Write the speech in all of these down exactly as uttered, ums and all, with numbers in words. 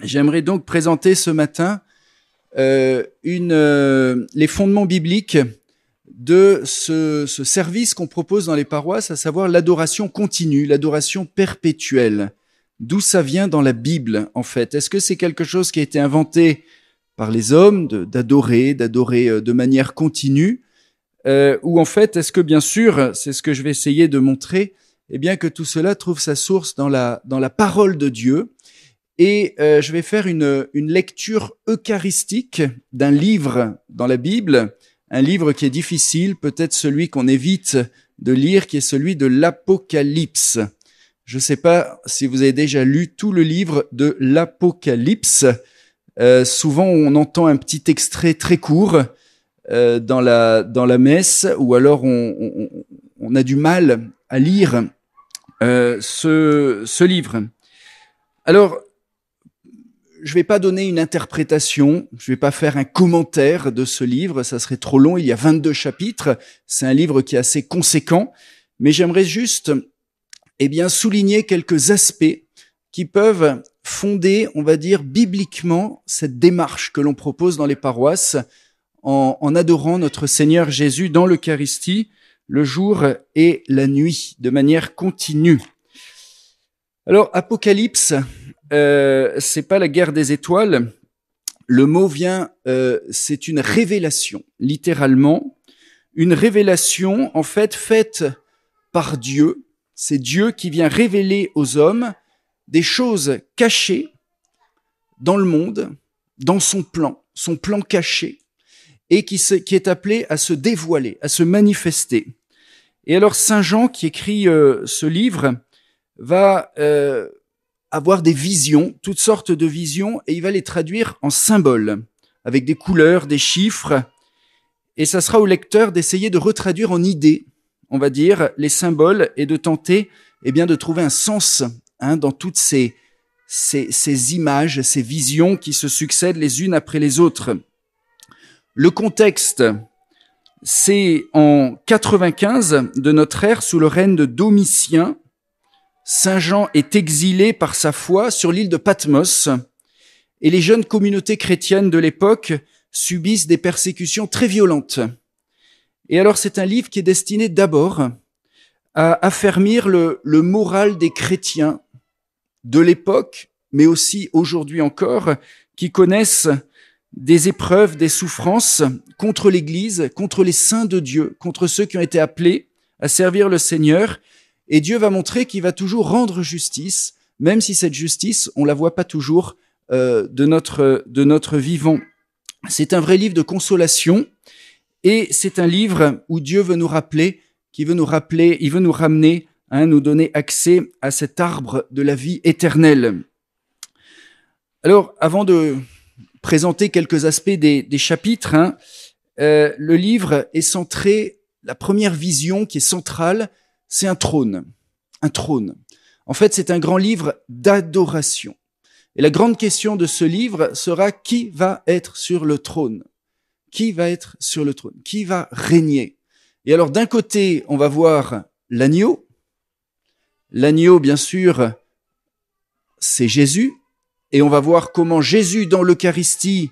J'aimerais donc présenter ce matin euh, une, euh, les fondements bibliques de ce, ce service qu'on propose dans les paroisses, à savoir l'adoration continue, l'adoration perpétuelle. D'où ça vient dans la Bible, en fait? Est-ce que c'est quelque chose qui a été inventé par les hommes, de, d'adorer, d'adorer de manière continue, euh, ou en fait, est-ce que bien sûr, c'est ce que je vais essayer de montrer, eh bien que tout cela trouve sa source dans la, dans la parole de Dieu. Et euh, je vais faire une, une lecture eucharistique d'un livre dans la Bible, un livre qui est difficile, peut-être celui qu'on évite de lire, qui est celui de l'Apocalypse. Je ne sais pas si vous avez déjà lu tout le livre de l'Apocalypse. Euh, souvent, on entend un petit extrait très court euh, dans la dans la messe, ou alors on, on, on a du mal à lire euh, ce, ce livre. Alors, je ne vais pas donner une interprétation, je ne vais pas faire un commentaire de ce livre, ça serait trop long, il y a vingt-deux chapitres, c'est un livre qui est assez conséquent, mais j'aimerais juste eh bien, souligner quelques aspects qui peuvent fonder, on va dire, bibliquement cette démarche que l'on propose dans les paroisses en, en adorant notre Seigneur Jésus dans l'Eucharistie le jour et la nuit, de manière continue. Alors, Apocalypse, euh, c'est pas la guerre des étoiles. Le mot vient, euh, c'est une révélation, littéralement. Une révélation, en fait, faite par Dieu. C'est Dieu qui vient révéler aux hommes des choses cachées dans le monde, dans son plan, son plan caché, et qui, se, qui est appelé à se dévoiler, à se manifester. Et alors, Saint Jean, qui écrit euh, ce livre, va euh, avoir des visions, toutes sortes de visions, et il va les traduire en symboles, avec des couleurs, des chiffres, et ça sera au lecteur d'essayer de retraduire en idées, on va dire, les symboles, et de tenter eh bien, de trouver un sens hein, dans toutes ces, ces, ces images, ces visions qui se succèdent les unes après les autres. Le contexte, c'est en quatre-vingt-quinze de notre ère, sous le règne de Domitien. Saint Jean est exilé par sa foi sur l'île de Patmos et les jeunes communautés chrétiennes de l'époque subissent des persécutions très violentes. Et alors c'est un livre qui est destiné d'abord à affermir le, le moral des chrétiens de l'époque, mais aussi aujourd'hui encore, qui connaissent des épreuves, des souffrances contre l'Église, contre les saints de Dieu, contre ceux qui ont été appelés à servir le Seigneur. Et Dieu va montrer qu'il va toujours rendre justice, même si cette justice, on la voit pas toujours euh, de notre de notre vivant. C'est un vrai livre de consolation, et c'est un livre où Dieu veut nous rappeler, qui veut nous rappeler, il veut nous ramener, hein, nous donner accès à cet arbre de la vie éternelle. Alors, avant de présenter quelques aspects des, des chapitres, hein, euh, le livre est centré. La première vision qui est centrale, c'est un trône, un trône. En fait, c'est un grand livre d'adoration. Et la grande question de ce livre sera qui va être sur le trône? Qui va être sur le trône? Qui va régner? Et alors, d'un côté, on va voir l'agneau. L'agneau, bien sûr, c'est Jésus. Et on va voir comment Jésus, dans l'Eucharistie,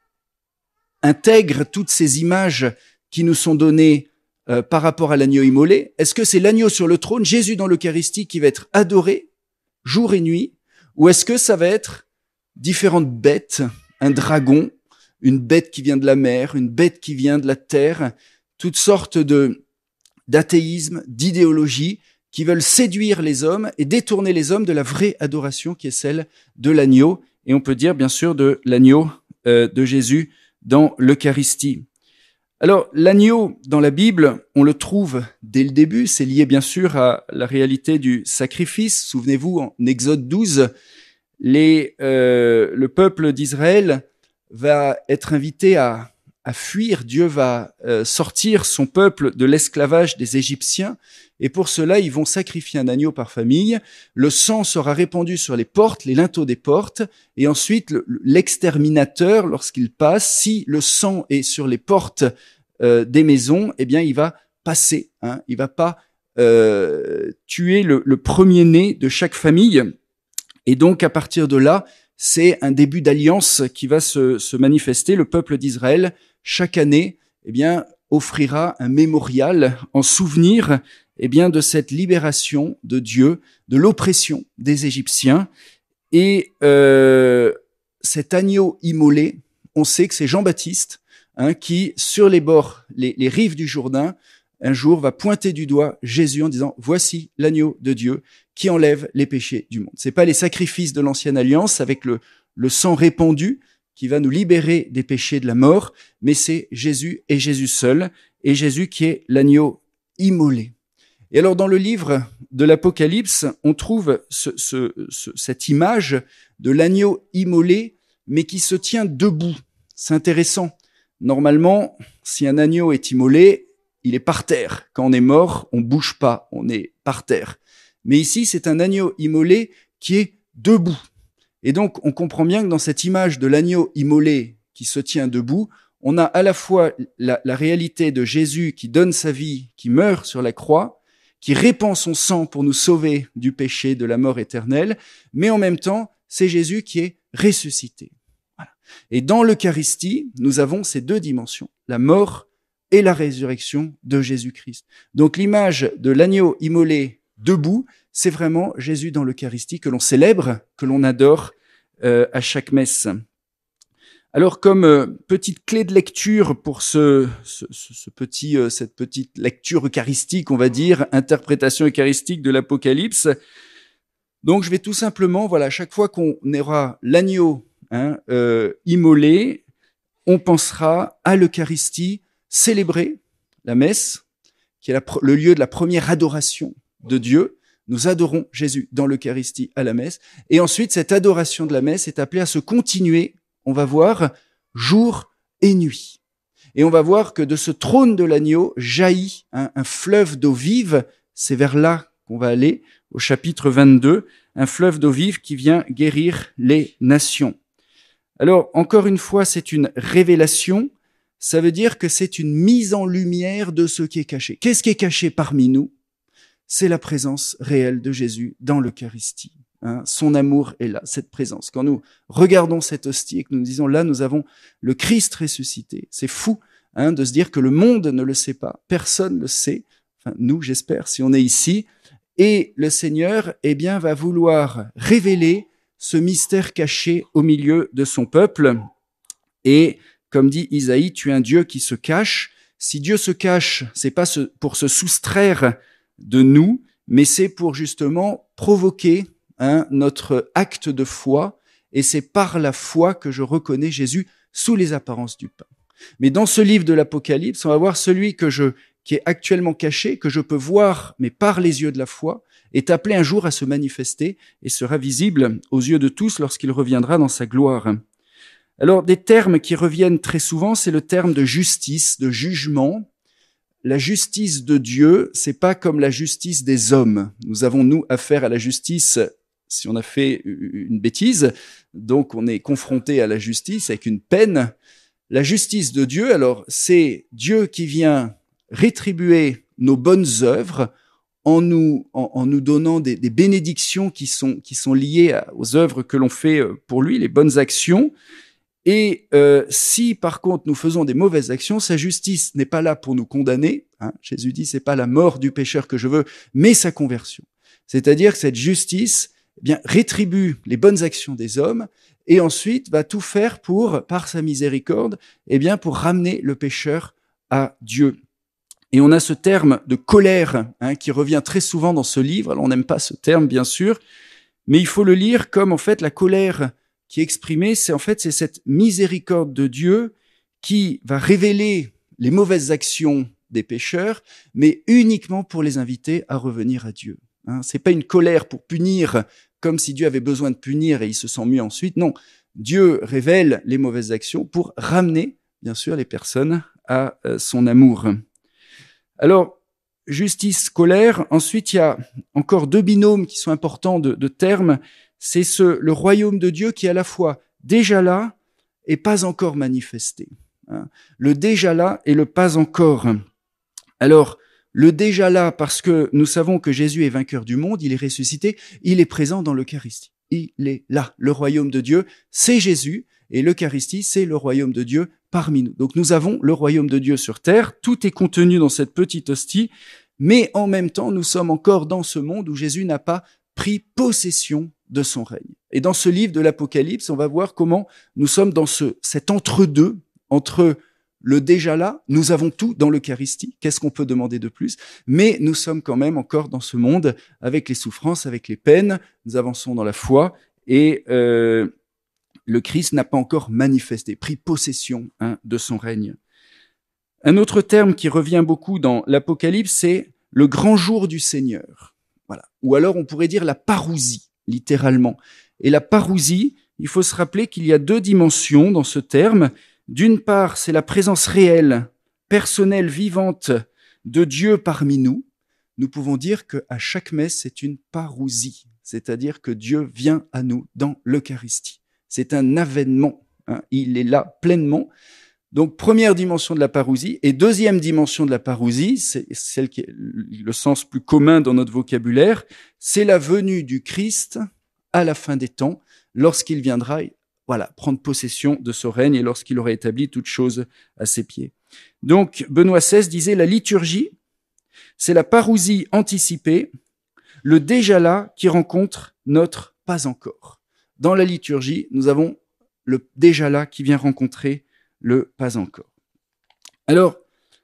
intègre toutes ces images qui nous sont données Euh, par rapport à l'agneau immolé. Est-ce que c'est l'agneau sur le trône, Jésus dans l'Eucharistie, qui va être adoré jour et nuit, ou est-ce que ça va être différentes bêtes, un dragon, une bête qui vient de la mer, une bête qui vient de la terre, toutes sortes de d'athéisme, d'idéologie qui veulent séduire les hommes et détourner les hommes de la vraie adoration qui est celle de l'agneau, et on peut dire bien sûr de l'agneau euh, de Jésus dans l'Eucharistie. Alors, l'agneau dans la Bible, on le trouve dès le début, c'est lié bien sûr à la réalité du sacrifice. Souvenez-vous, en Exode douze, les, euh, le peuple d'Israël va être invité à, à fuir. Dieu va euh, sortir son peuple de l'esclavage des Égyptiens, et pour cela, ils vont sacrifier un agneau par famille. Le sang sera répandu sur les portes, les linteaux des portes, et ensuite le, l'exterminateur, lorsqu'il passe, si le sang est sur les portes euh, des maisons, eh bien, il va passer. Hein, il va pas euh, tuer le, le premier-né de chaque famille. Et donc, à partir de là, c'est un début d'alliance qui va se, se manifester. Le peuple d'Israël, chaque année, eh bien, offrira un mémorial en souvenir, eh bien, de cette libération de Dieu, de l'oppression des Égyptiens. Et euh, cet agneau immolé, on sait que c'est Jean-Baptiste hein, qui, sur les bords, les, les rives du Jourdain, un jour va pointer du doigt Jésus en disant « Voici l'agneau de Dieu qui enlève les péchés du monde ». C'est pas les sacrifices de l'ancienne alliance avec le, le sang répandu qui va nous libérer des péchés de la mort, mais c'est Jésus et Jésus seul, et Jésus qui est l'agneau immolé. Et alors dans le livre de l'Apocalypse, on trouve ce, ce, ce, cette image de l'agneau immolé, mais qui se tient debout. C'est intéressant. Normalement, si un agneau est immolé, il est par terre. Quand on est mort, on bouge pas, on est par terre. Mais ici, c'est un agneau immolé qui est debout. Et donc, on comprend bien que dans cette image de l'agneau immolé qui se tient debout, on a à la fois la, la réalité de Jésus qui donne sa vie, qui meurt sur la croix, qui répand son sang pour nous sauver du péché, de la mort éternelle, mais en même temps, c'est Jésus qui est ressuscité. Voilà. Et dans l'Eucharistie, nous avons ces deux dimensions, la mort et la résurrection de Jésus-Christ. Donc l'image de l'agneau immolé debout, c'est vraiment Jésus dans l'Eucharistie que l'on célèbre, que l'on adore euh, à chaque messe. Alors comme euh, petite clé de lecture pour ce, ce, ce petit, euh, cette petite lecture eucharistique, on va dire, interprétation eucharistique de l'Apocalypse, donc je vais tout simplement, voilà, chaque fois qu'on aura l'agneau hein, euh, immolé, on pensera à l'Eucharistie, célébrer la messe, qui est la, le lieu de la première adoration de Dieu. Nous adorons Jésus dans l'Eucharistie à la messe. Et ensuite, cette adoration de la messe est appelée à se continuer, on va voir, jour et nuit. Et on va voir que de ce trône de l'agneau jaillit un, un fleuve d'eau vive. C'est vers là qu'on va aller, au chapitre vingt-deux, un fleuve d'eau vive qui vient guérir les nations. Alors, encore une fois, c'est une révélation. Ça veut dire que c'est une mise en lumière de ce qui est caché. Qu'est-ce qui est caché parmi nous? C'est la présence réelle de Jésus dans l'Eucharistie. Hein, son amour est là, cette présence. Quand nous regardons cette hostie et que nous disons là, nous avons le Christ ressuscité. C'est fou hein, de se dire que le monde ne le sait pas. Personne ne le sait. Enfin, nous, j'espère, si on est ici. Et le Seigneur, eh bien, va vouloir révéler ce mystère caché au milieu de son peuple. Et comme dit Isaïe, tu es un Dieu qui se cache. Si Dieu se cache, c'est pas pour se soustraire de nous, mais c'est pour justement provoquer hein, notre acte de foi. Et c'est par la foi que je reconnais Jésus sous les apparences du pain. Mais dans ce livre de l'Apocalypse, on va voir celui que je, qui est actuellement caché, que je peux voir, mais par les yeux de la foi, est appelé un jour à se manifester et sera visible aux yeux de tous lorsqu'il reviendra dans sa gloire. Alors, des termes qui reviennent très souvent, c'est le terme de justice, de jugement. La justice de Dieu, c'est pas comme la justice des hommes. Nous avons, nous, affaire à la justice si on a fait une bêtise. Donc, on est confronté à la justice avec une peine. La justice de Dieu, alors, c'est Dieu qui vient rétribuer nos bonnes œuvres en nous, en, en nous donnant des, des bénédictions qui sont, qui sont liées à, aux œuvres que l'on fait pour lui, les bonnes actions. Et euh, si par contre nous faisons des mauvaises actions, sa justice n'est pas là pour nous condamner. Hein, Jésus dit c'est pas la mort du pécheur que je veux, mais sa conversion. C'est-à-dire que cette justice eh bien rétribue les bonnes actions des hommes et ensuite va tout faire pour, par sa miséricorde, eh bien pour ramener le pécheur à Dieu. Et on a ce terme de colère hein, qui revient très souvent dans ce livre. Alors on n'aime pas ce terme bien sûr, mais il faut le lire comme en fait la colère qui est exprimée, c'est en fait c'est cette miséricorde de Dieu qui va révéler les mauvaises actions des pécheurs, mais uniquement pour les inviter à revenir à Dieu. Hein, c'est pas une colère pour punir, comme si Dieu avait besoin de punir et il se sent mieux ensuite. Non, Dieu révèle les mauvaises actions pour ramener, bien sûr, les personnes à euh, son amour. Alors, justice, colère. Ensuite, il y a encore deux binômes qui sont importants de, de termes. C'est ce, le royaume de Dieu qui est à la fois déjà là et pas encore manifesté. Hein. Le déjà là et le pas encore. Alors, le déjà là, parce que nous savons que Jésus est vainqueur du monde, il est ressuscité, il est présent dans l'Eucharistie. il est là. Le royaume de Dieu, c'est Jésus, et l'Eucharistie, c'est le royaume de Dieu parmi nous. Donc nous avons le royaume de Dieu sur terre, tout est contenu dans cette petite hostie, mais en même temps, nous sommes encore dans ce monde où Jésus n'a pas pris possession de son règne. Et dans ce livre de l'Apocalypse, on va voir comment nous sommes dans ce, cet entre-deux, entre le déjà là, nous avons tout dans l'Eucharistie, qu'est-ce qu'on peut demander de plus? Mais nous sommes quand même encore dans ce monde avec les souffrances, avec les peines, nous avançons dans la foi et euh, le Christ n'a pas encore manifesté, pris possession hein, de son règne. Un autre terme qui revient beaucoup dans l'Apocalypse, c'est le grand jour du Seigneur. Voilà. Ou alors on pourrait dire la parousie, littéralement. Et la parousie, il faut se rappeler qu'il y a deux dimensions dans ce terme. D'une part, c'est la présence réelle, personnelle, vivante de Dieu parmi nous. Nous pouvons dire qu'à chaque messe, c'est une parousie, c'est-à-dire que Dieu vient à nous dans l'Eucharistie. C'est un avènement, hein, il est là pleinement. Donc, première dimension de la parousie. Et deuxième dimension de la parousie, c'est celle qui est le sens plus commun dans notre vocabulaire, c'est la venue du Christ à la fin des temps, lorsqu'il viendra voilà, prendre possession de ce règne et lorsqu'il aura établi toutes choses à ses pieds. Donc, Benoît seize disait, la liturgie, c'est la parousie anticipée, le déjà là qui rencontre notre pas encore. Dans la liturgie, nous avons le déjà là qui vient rencontrer le pas encore. Alors,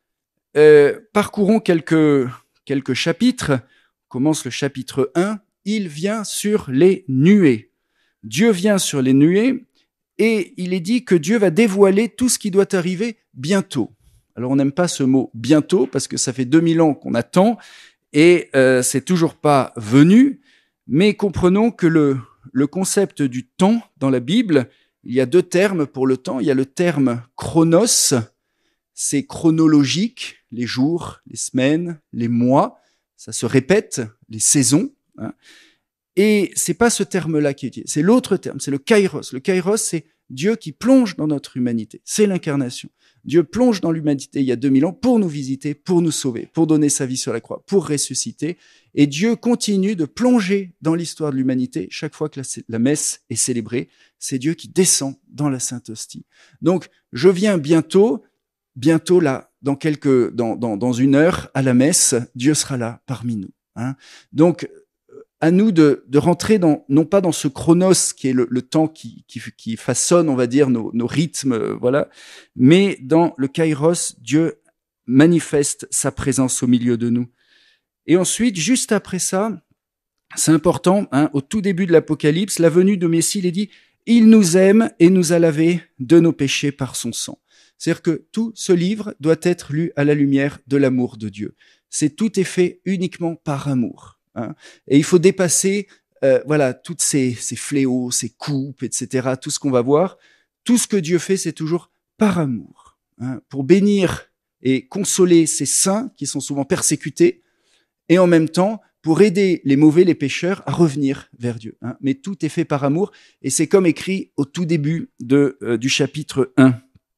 euh, parcourons quelques, quelques chapitres. On commence le chapitre un. Il vient sur les nuées. Dieu vient sur les nuées et il est dit que Dieu va dévoiler tout ce qui doit arriver bientôt. Alors, on n'aime pas ce mot « bientôt » parce que ça fait deux mille ans qu'on attend et euh, c'est toujours pas venu. Mais comprenons que le, le concept du temps dans la Bible, il y a deux termes pour le temps. Il y a le terme chronos, c'est chronologique, les jours, les semaines, les mois, ça se répète, les saisons. Hein. Et c'est pas ce terme-là qui est utilisé, c'est l'autre terme, c'est le kairos. Le kairos, c'est Dieu qui plonge dans notre humanité, c'est l'incarnation. Dieu plonge dans l'humanité il y a deux mille ans pour nous visiter, pour nous sauver, pour donner sa vie sur la croix, pour ressusciter. Et Dieu continue de plonger dans l'histoire de l'humanité chaque fois que la, la messe est célébrée. C'est Dieu qui descend dans la Sainte Hostie. Donc, je viens bientôt, bientôt là, dans quelques, dans, dans, dans une heure, à la messe, Dieu sera là parmi nous. Hein. Donc, à nous de, de rentrer dans, non pas dans ce chronos qui est le, le temps qui, qui, qui façonne, on va dire, nos, nos rythmes, euh, voilà, mais dans le kairos, Dieu manifeste sa présence au milieu de nous. Et ensuite, juste après ça, c'est important, hein, au tout début de l'Apocalypse, la venue de Messie, il est dit, il nous aime et nous a lavé de nos péchés par son sang. C'est-à-dire que tout ce livre doit être lu à la lumière de l'amour de Dieu. C'est tout est fait uniquement par amour. Hein. Et il faut dépasser euh, voilà, toutes ces, ces fléaux, ces coupes, et cetera, tout ce qu'on va voir. Tout ce que Dieu fait, c'est toujours par amour. Hein, pour bénir et consoler ses saints qui sont souvent persécutés, et en même temps, pour aider les mauvais, les pécheurs, à revenir vers Dieu. Hein. Mais tout est fait par amour, et c'est comme écrit au tout début de, euh, du chapitre un.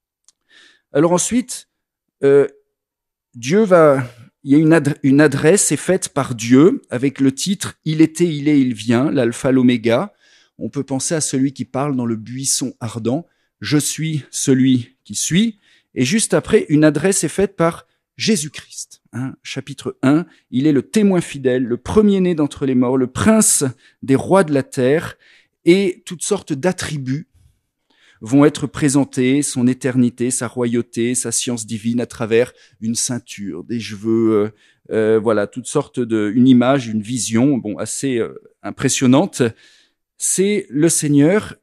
Alors ensuite, euh, Dieu va... Il y a une, adre- une adresse est faite par Dieu avec le titre « Il était, il est, il vient », l'alpha, l'oméga. On peut penser à celui qui parle dans le buisson ardent « Je suis celui qui suis ». Et juste après, une adresse est faite par Jésus-Christ. Hein, chapitre un, il est le témoin fidèle, le premier-né d'entre les morts, le prince des rois de la terre, et toutes sortes d'attributs vont être présentés, son éternité, sa royauté, sa science divine à travers une ceinture, des cheveux, euh, euh, voilà, toutes sortes de, une image, une vision, bon, assez euh, impressionnante. C'est le Seigneur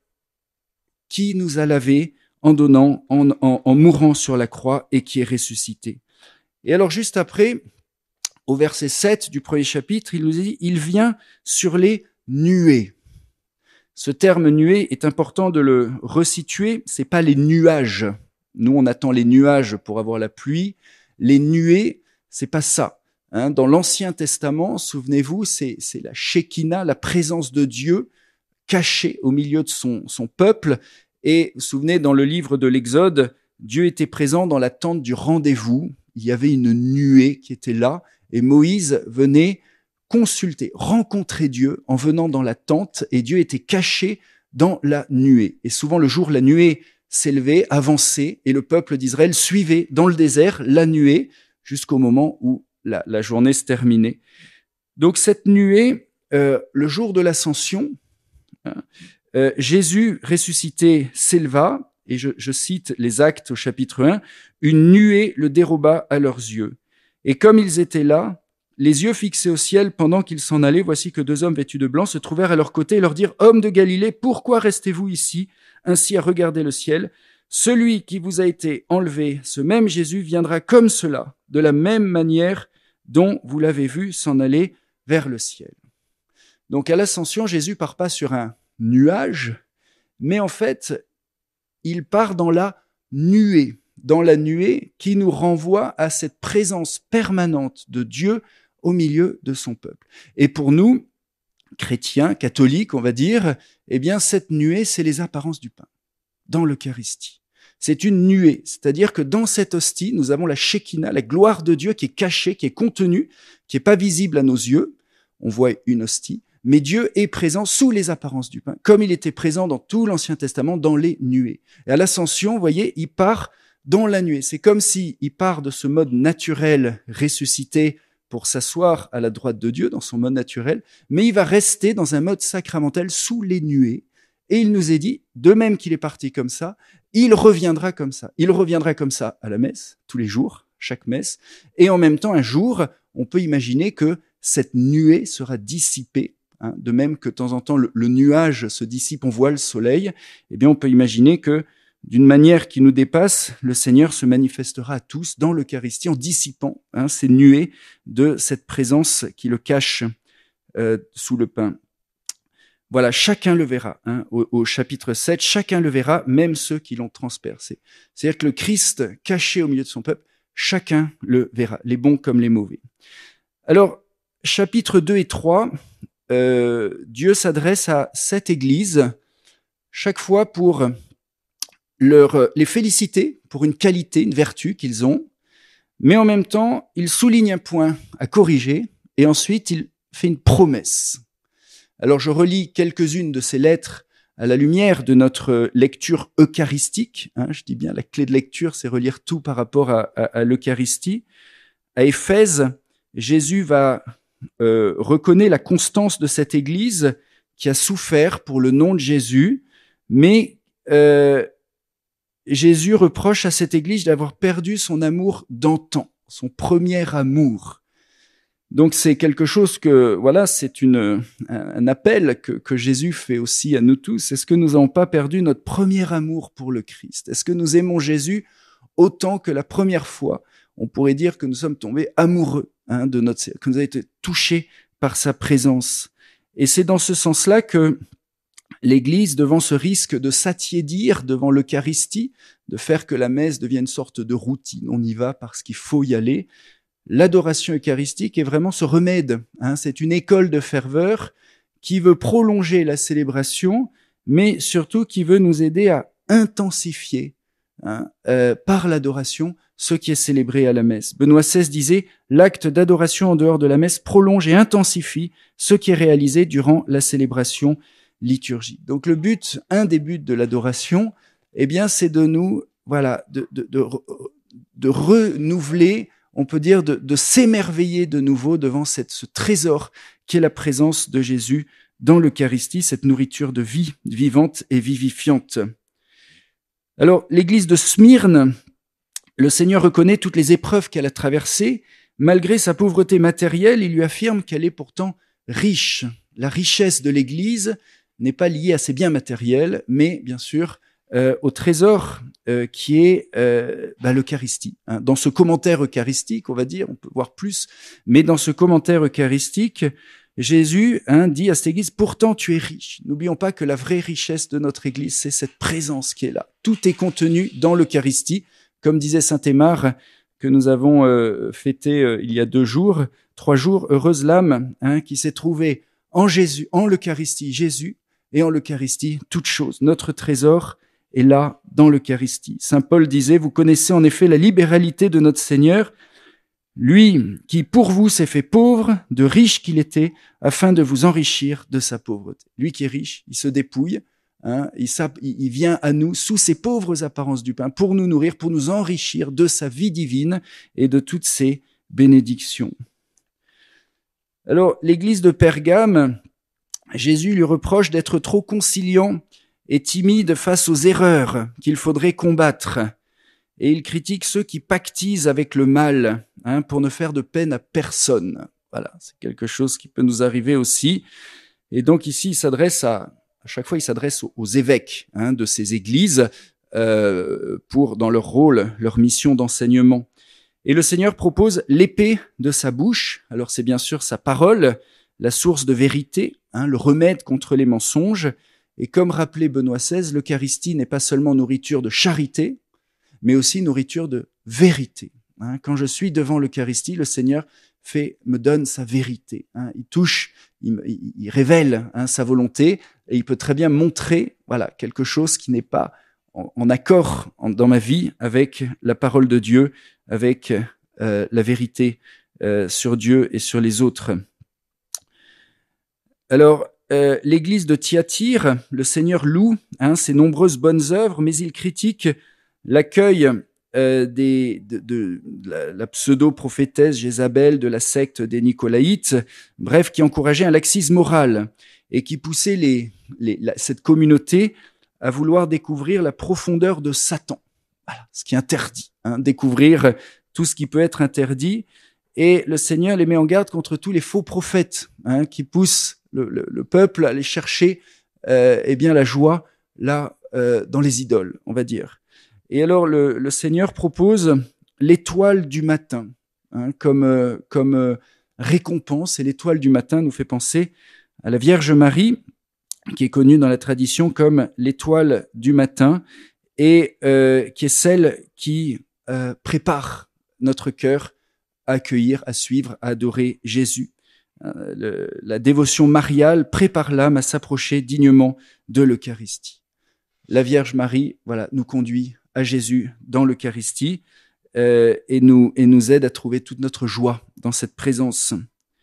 qui nous a lavés en donnant, en, en, en mourant sur la croix et qui est ressuscité. Et alors juste après, au verset sept du premier chapitre, il nous dit, il vient sur les nuées. Ce terme nuée est important de le resituer, c'est pas les nuages. Nous, on attend les nuages pour avoir la pluie. Les nuées, c'est pas ça. Hein, dans l'Ancien Testament, souvenez-vous, c'est, c'est la Shekinah, la présence de Dieu cachée au milieu de son, son peuple. Et vous vous souvenez, dans le livre de l'Exode, Dieu était présent dans la tente du rendez-vous. Il y avait une nuée qui était là et Moïse venait consulter, rencontrer Dieu en venant dans la tente, et Dieu était caché dans la nuée. Et souvent le jour, la nuée s'élevait, avançait, et le peuple d'Israël suivait dans le désert la nuée jusqu'au moment où la, la journée se terminait. Donc cette nuée, euh, le jour de l'ascension, hein, euh, Jésus ressuscité s'éleva, et je, je cite les Actes au chapitre un, « Une nuée le déroba à leurs yeux. Et comme ils étaient là, les yeux fixés au ciel pendant qu'ils s'en allaient, voici que deux hommes vêtus de blanc se trouvèrent à leur côté et leur dirent « Hommes de Galilée, pourquoi restez-vous ici, ainsi à regarder le ciel ? Celui qui vous a été enlevé, ce même Jésus, viendra comme cela, de la même manière dont vous l'avez vu s'en aller vers le ciel. » Donc à l'ascension, Jésus part pas sur un nuage, mais en fait, il part dans la nuée, dans la nuée qui nous renvoie à cette présence permanente de Dieu au milieu de son peuple. Et pour nous, chrétiens, catholiques, on va dire, eh bien cette nuée, c'est les apparences du pain, dans l'Eucharistie. C'est une nuée, c'est-à-dire que dans cette hostie, nous avons la Shekinah, la gloire de Dieu qui est cachée, qui est contenue, qui n'est pas visible à nos yeux. On voit une hostie, mais Dieu est présent sous les apparences du pain, comme il était présent dans tout l'Ancien Testament, dans les nuées. Et à l'ascension, vous voyez, il part dans la nuée. C'est comme s'il part de ce mode naturel ressuscité pour s'asseoir à la droite de Dieu, dans son mode naturel, mais il va rester dans un mode sacramentel sous les nuées. Et il nous est dit, de même qu'il est parti comme ça, il reviendra comme ça. Il reviendra comme ça à la messe, tous les jours, chaque messe. Et en même temps, un jour, on peut imaginer que cette nuée sera dissipée. Hein, de même que de temps en temps, le, le nuage se dissipe, on voit le soleil. Eh bien, on peut imaginer que d'une manière qui nous dépasse, le Seigneur se manifestera à tous dans l'Eucharistie en dissipant hein, ces nuées de cette présence qui le cache euh, sous le pain. Voilà, chacun le verra. Hein, au, au chapitre sept, chacun le verra, même ceux qui l'ont transpercé. C'est-à-dire que le Christ, caché au milieu de son peuple, chacun le verra, les bons comme les mauvais. Alors, chapitres deux et trois, euh, Dieu s'adresse à cette Église, chaque fois pour leur, les féliciter pour une qualité, une vertu qu'ils ont, mais en même temps, il souligne un point à corriger, et ensuite, il fait une promesse. Alors, je relis quelques-unes de ces lettres à la lumière de notre lecture eucharistique. Hein, je dis bien, la clé de lecture, c'est relire tout par rapport à, à, à l'Eucharistie. À Éphèse, Jésus va euh, reconnaître la constance de cette Église qui a souffert pour le nom de Jésus, mais euh, Jésus reproche à cette Église d'avoir perdu son amour d'antan, son premier amour. Donc c'est quelque chose que, voilà, c'est une, un appel que, que Jésus fait aussi à nous tous. Est-ce que nous n'avons pas perdu notre premier amour pour le Christ? Est-ce que nous aimons Jésus autant que la première fois? On pourrait dire que nous sommes tombés amoureux hein, de notre Seigneur, que nous avons été touchés par sa présence. Et c'est dans ce sens-là que l'Église, devant ce risque de s'attiédir devant l'Eucharistie, de faire que la messe devienne une sorte de routine, on y va parce qu'il faut y aller, l'adoration eucharistique est vraiment ce remède. Hein, c'est une école de ferveur qui veut prolonger la célébration, mais surtout qui veut nous aider à intensifier hein, euh, par l'adoration ce qui est célébré à la messe. Benoît seize disait « L'acte d'adoration en dehors de la messe prolonge et intensifie ce qui est réalisé durant la célébration liturgique. » Donc le but, un des buts de l'adoration, eh bien, c'est de nous, voilà, de, de, de, de renouveler, on peut dire, de, de s'émerveiller de nouveau devant cette, ce trésor qui est la présence de Jésus dans l'Eucharistie, cette nourriture de vie vivante et vivifiante. Alors, l'église de Smyrne, le Seigneur reconnaît toutes les épreuves qu'elle a traversées. Malgré sa pauvreté matérielle, il lui affirme qu'elle est pourtant riche. La richesse de l'église n'est pas liée à ses biens matériels, mais bien sûr euh, au trésor euh, qui est euh, bah, l'Eucharistie. Hein. Dans ce commentaire eucharistique, on va dire, on peut voir plus, mais dans ce commentaire eucharistique, Jésus hein, dit à cette église, pourtant tu es riche. N'oublions pas que la vraie richesse de notre église, c'est cette présence qui est là. Tout est contenu dans l'Eucharistie, comme disait saint Aymar, que nous avons euh, fêté euh, il y a deux jours, trois jours, heureuse l'âme hein, qui s'est trouvée en Jésus, en l'Eucharistie, Jésus, et en l'Eucharistie, toute chose. Notre trésor est là, dans l'Eucharistie. Saint Paul disait, vous connaissez en effet la libéralité de notre Seigneur, Lui qui pour vous s'est fait pauvre, de riche qu'il était, afin de vous enrichir de sa pauvreté. Lui qui est riche, il se dépouille, hein, il, il vient à nous sous ses pauvres apparences du pain pour nous nourrir, pour nous enrichir de sa vie divine et de toutes ses bénédictions. Alors, l'église de Pergame, Jésus lui reproche d'être trop conciliant et timide face aux erreurs qu'il faudrait combattre. Et il critique ceux qui pactisent avec le mal, hein, pour ne faire de peine à personne. Voilà, c'est quelque chose qui peut nous arriver aussi. Et donc ici, il s'adresse à, à chaque fois, il s'adresse aux, aux évêques, hein, de ces églises euh, pour, dans leur rôle, leur mission d'enseignement. Et le Seigneur propose l'épée de sa bouche. Alors c'est bien sûr sa parole, la source de vérité, hein, le remède contre les mensonges. Et comme rappelait Benoît seize, l'Eucharistie n'est pas seulement nourriture de charité, mais aussi nourriture de vérité. Hein, quand je suis devant l'Eucharistie, le Seigneur fait, me donne sa vérité. Hein, il touche, il, il, il révèle, hein, sa volonté, et il peut très bien montrer, voilà, quelque chose qui n'est pas en, en accord en, dans ma vie avec la parole de Dieu, avec euh, la vérité euh, sur Dieu et sur les autres. Alors, euh, l'église de Thyatire, le Seigneur loue, hein, ses nombreuses bonnes œuvres, mais il critique l'accueil euh, des, de, de, de la, la pseudo-prophétesse Jézabel, de la secte des Nicolaïtes, bref, qui encourageait un laxisme moral et qui poussait les, les, la, cette communauté à vouloir découvrir la profondeur de Satan. Voilà, ce qui est interdit, hein, découvrir tout ce qui peut être interdit. Et le Seigneur les met en garde contre tous les faux prophètes, hein, qui poussent le, le, le peuple à aller chercher euh, eh bien, la joie là euh, dans les idoles, on va dire. Et alors, le, le Seigneur propose l'étoile du matin, hein, comme, euh, comme euh, récompense. Et l'étoile du matin nous fait penser à la Vierge Marie, qui est connue dans la tradition comme l'étoile du matin, et euh, qui est celle qui euh, prépare notre cœur à accueillir, à suivre, à adorer Jésus. Euh, le, la dévotion mariale prépare l'âme à s'approcher dignement de l'Eucharistie. La Vierge Marie, voilà, nous conduit à Jésus dans l'Eucharistie euh, et, nous, et nous aide à trouver toute notre joie dans cette présence.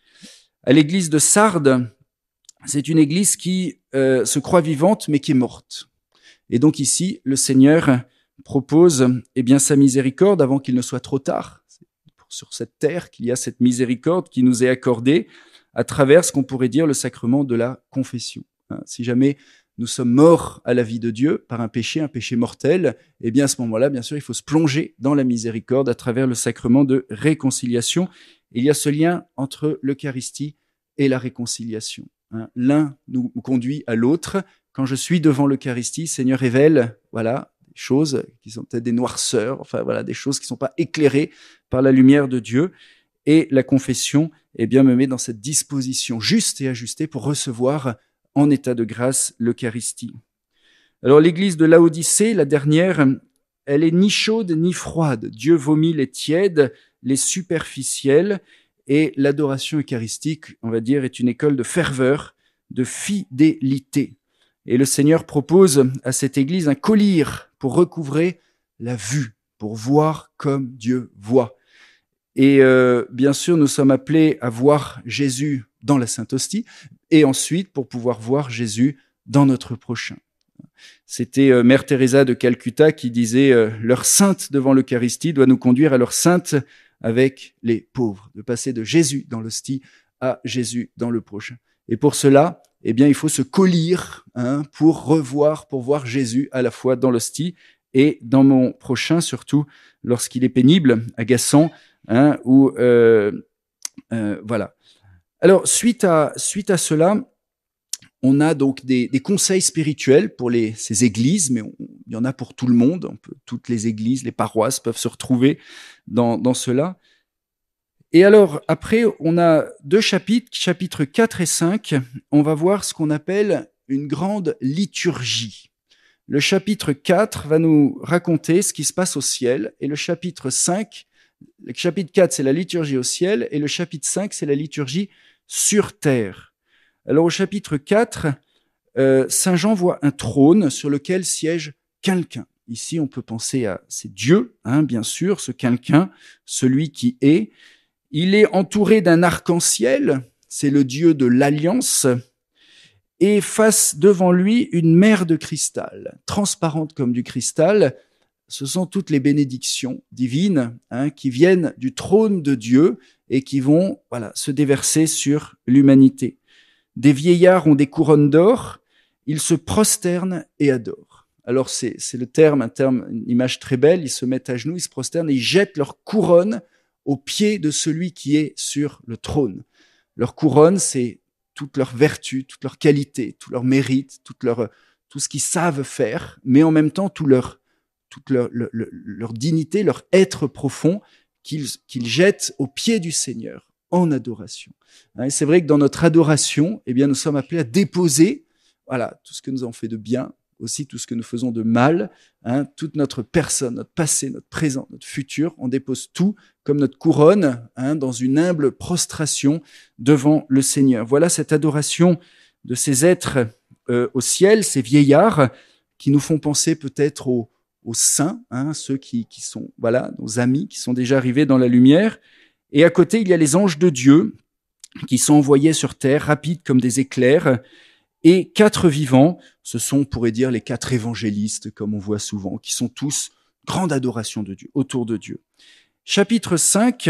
À l'église de Sardes, c'est une église qui euh, se croit vivante mais qui est morte. Et donc ici, le Seigneur propose eh bien, sa miséricorde avant qu'il ne soit trop tard. C'est sur cette terre qu'il y a cette miséricorde qui nous est accordée à travers ce qu'on pourrait dire le sacrement de la confession. Hein, si jamais nous sommes morts à la vie de Dieu par un péché, un péché mortel, eh bien à ce moment-là, bien sûr, il faut se plonger dans la miséricorde à travers le sacrement de réconciliation. Il y a ce lien entre l'Eucharistie et la réconciliation. Hein, l'un nous conduit à l'autre. Quand je suis devant l'Eucharistie, Seigneur révèle, voilà, des choses qui sont peut-être des noirceurs, enfin voilà, des choses qui ne sont pas éclairées par la lumière de Dieu. Et la confession, eh bien, me met dans cette disposition juste et ajustée pour recevoir en état de grâce l'Eucharistie. Alors l'église de Laodicée, la dernière, elle est ni chaude ni froide. Dieu vomit les tièdes, les superficiels, et l'adoration eucharistique, on va dire, est une école de ferveur, de fidélité. Et le Seigneur propose à cette église un collier pour recouvrer la vue, pour voir comme Dieu voit. Et euh, bien sûr, nous sommes appelés à voir Jésus dans la Sainte Hostie, et ensuite pour pouvoir voir Jésus dans notre prochain. C'était euh, Mère Teresa de Calcutta qui disait euh, « L'heure sainte devant l'Eucharistie doit nous conduire à l'heure sainte avec les pauvres », de passer de Jésus dans l'hostie à Jésus dans le prochain. Et pour cela, eh bien, il faut se collier, hein, pour revoir, pour voir Jésus à la fois dans l'hostie et dans mon prochain, surtout lorsqu'il est pénible, agaçant, hein, ou euh, euh, voilà. Alors, suite à, suite à cela, on a donc des, des conseils spirituels pour les, ces églises, mais on, il y en a pour tout le monde. On peut, toutes les églises, les paroisses peuvent se retrouver dans, dans cela. Et alors, après, on a deux chapitres, chapitres quatre et cinq. On va voir ce qu'on appelle une grande liturgie. Le chapitre quatre va nous raconter ce qui se passe au ciel, et le chapitre cinq, le chapitre quatre, c'est la liturgie au ciel, et le chapitre cinq, c'est la liturgie sur terre. Alors au chapitre quatre, euh, Saint Jean voit un trône sur lequel siège quelqu'un. Ici, on peut penser à c'est Dieu, hein, bien sûr, ce quelqu'un, celui qui est. Il est entouré d'un arc-en-ciel, c'est le Dieu de l'alliance, et face devant lui une mer de cristal, transparente comme du cristal. Ce sont toutes les bénédictions divines hein, qui viennent du trône de Dieu et qui vont voilà, se déverser sur l'humanité. Des vieillards ont des couronnes d'or, ils se prosternent et adorent. Alors c'est, c'est le terme, un terme, une image très belle, ils se mettent à genoux, ils se prosternent et ils jettent leur couronne aux pieds de celui qui est sur le trône. Leur couronne, c'est toute leur vertu, toute leur qualité, tout leur mérite, toute leur, tout ce qu'ils savent faire, mais en même temps tout leur, toute leur, leur, leur dignité, leur être profond qu'ils, qu'ils jettent aux pieds du Seigneur en adoration. Et c'est vrai que dans notre adoration, eh bien, nous sommes appelés à déposer voilà, tout ce que nous avons fait de bien, aussi tout ce que nous faisons de mal, hein, toute notre personne, notre passé, notre présent, notre futur, on dépose tout comme notre couronne hein, dans une humble prostration devant le Seigneur. Voilà cette adoration de ces êtres euh, au ciel, ces vieillards qui nous font penser peut-être aux, aux saints, hein, ceux qui, qui sont voilà nos amis, qui sont déjà arrivés dans la lumière. Et à côté, il y a les anges de Dieu qui sont envoyés sur terre, rapides comme des éclairs, et quatre vivants, ce sont, on pourrait dire, les quatre évangélistes, comme on voit souvent, qui sont tous grande adoration de Dieu, autour de Dieu. Chapitre cinq,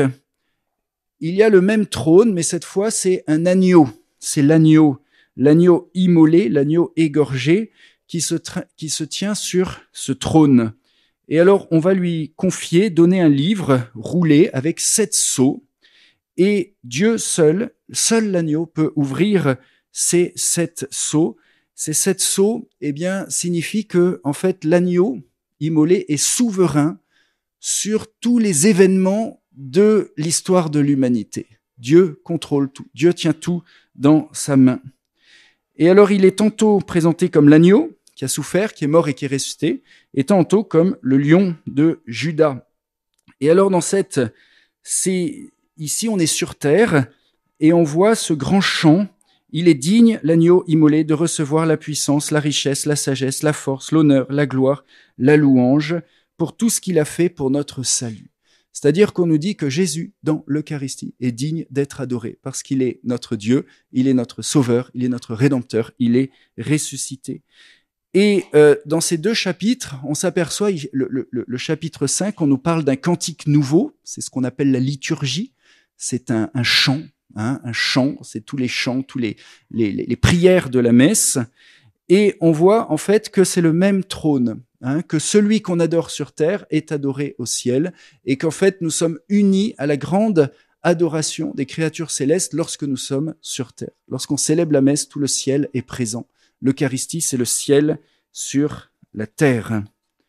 il y a le même trône, mais cette fois, c'est un agneau. C'est l'agneau, l'agneau immolé, l'agneau égorgé, qui se, tra- qui se tient sur ce trône. Et alors, on va lui confier, donner un livre roulé avec sept sceaux, et Dieu seul, seul l'agneau peut ouvrir ces sept sceaux. Ces sept sceaux, eh bien, signifient que, en fait, l'agneau immolé est souverain sur tous les événements de l'histoire de l'humanité. Dieu contrôle tout. Dieu tient tout dans sa main. Et alors, il est tantôt présenté comme l'agneau qui a souffert, qui est mort et qui est ressuscité, et tantôt comme le lion de Juda. Et alors, dans cette, c'est, ici, on est sur terre et on voit ce grand champ. Il est digne, l'agneau immolé, de recevoir la puissance, la richesse, la sagesse, la force, l'honneur, la gloire, la louange, pour tout ce qu'il a fait pour notre salut. C'est-à-dire qu'on nous dit que Jésus, dans l'Eucharistie, est digne d'être adoré, parce qu'il est notre Dieu, il est notre Sauveur, il est notre Rédempteur, il est ressuscité. Et euh, dans ces deux chapitres, on s'aperçoit, le, le, le chapitre cinq, on nous parle d'un cantique nouveau, c'est ce qu'on appelle la liturgie, c'est un, un chant, Hein, un chant, c'est tous les chants, tous les, les, les prières de la messe, et on voit en fait que c'est le même trône, hein, que celui qu'on adore sur terre est adoré au ciel, et qu'en fait nous sommes unis à la grande adoration des créatures célestes lorsque nous sommes sur terre. Lorsqu'on célèbre la messe, tout le ciel est présent. L'Eucharistie, c'est le ciel sur la terre.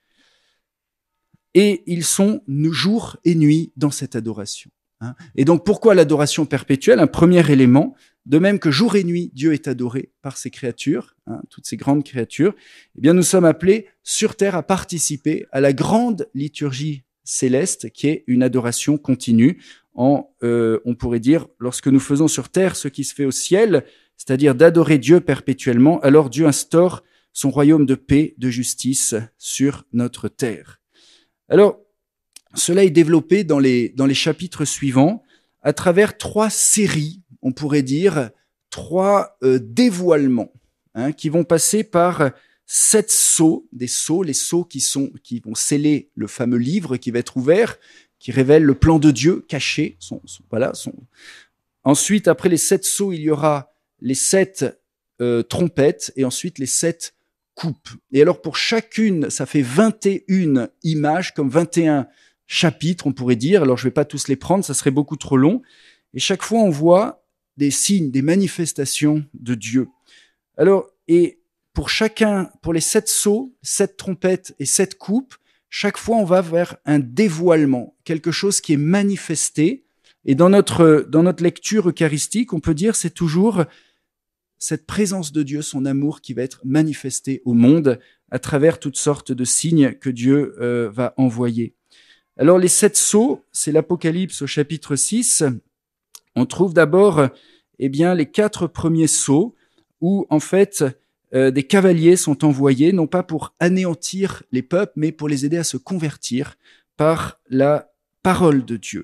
Et ils sont jour et nuit dans cette adoration. Et donc, pourquoi l'adoration perpétuelle? Un premier élément, de même que jour et nuit, Dieu est adoré par ses créatures, hein, toutes ces grandes créatures, eh bien, nous sommes appelés sur terre à participer à la grande liturgie céleste, qui est une adoration continue. En, euh, on pourrait dire, lorsque nous faisons sur terre ce qui se fait au ciel, c'est-à-dire d'adorer Dieu perpétuellement, alors Dieu instaure son royaume de paix, de justice sur notre terre. Alors, cela est développé dans les, dans les chapitres suivants à travers trois séries, on pourrait dire, trois euh, dévoilements, hein, qui vont passer par sept sceaux, des sceaux, les sceaux qui, sont, qui vont sceller le fameux livre qui va être ouvert, qui révèle le plan de Dieu caché. Son, son, voilà, son... Ensuite, après les sept sceaux, il y aura les sept euh, trompettes et ensuite les sept coupes. Et alors pour chacune, ça fait vingt et une images, comme vingt et un chapitres, on pourrait dire. Alors, je ne vais pas tous les prendre, ça serait beaucoup trop long. Et chaque fois, on voit des signes, des manifestations de Dieu. Alors, et pour chacun, pour les sept sceaux, sept trompettes et sept coupes, chaque fois, on va vers un dévoilement, quelque chose qui est manifesté. Et dans notre, dans notre lecture eucharistique, on peut dire c'est toujours cette présence de Dieu, son amour qui va être manifesté au monde à travers toutes sortes de signes que Dieu euh, va envoyer. Alors, les sept sceaux, c'est l'Apocalypse au chapitre six. On trouve d'abord, eh bien, les quatre premiers sceaux où, en fait, euh, des cavaliers sont envoyés, non pas pour anéantir les peuples, mais pour les aider à se convertir par la parole de Dieu.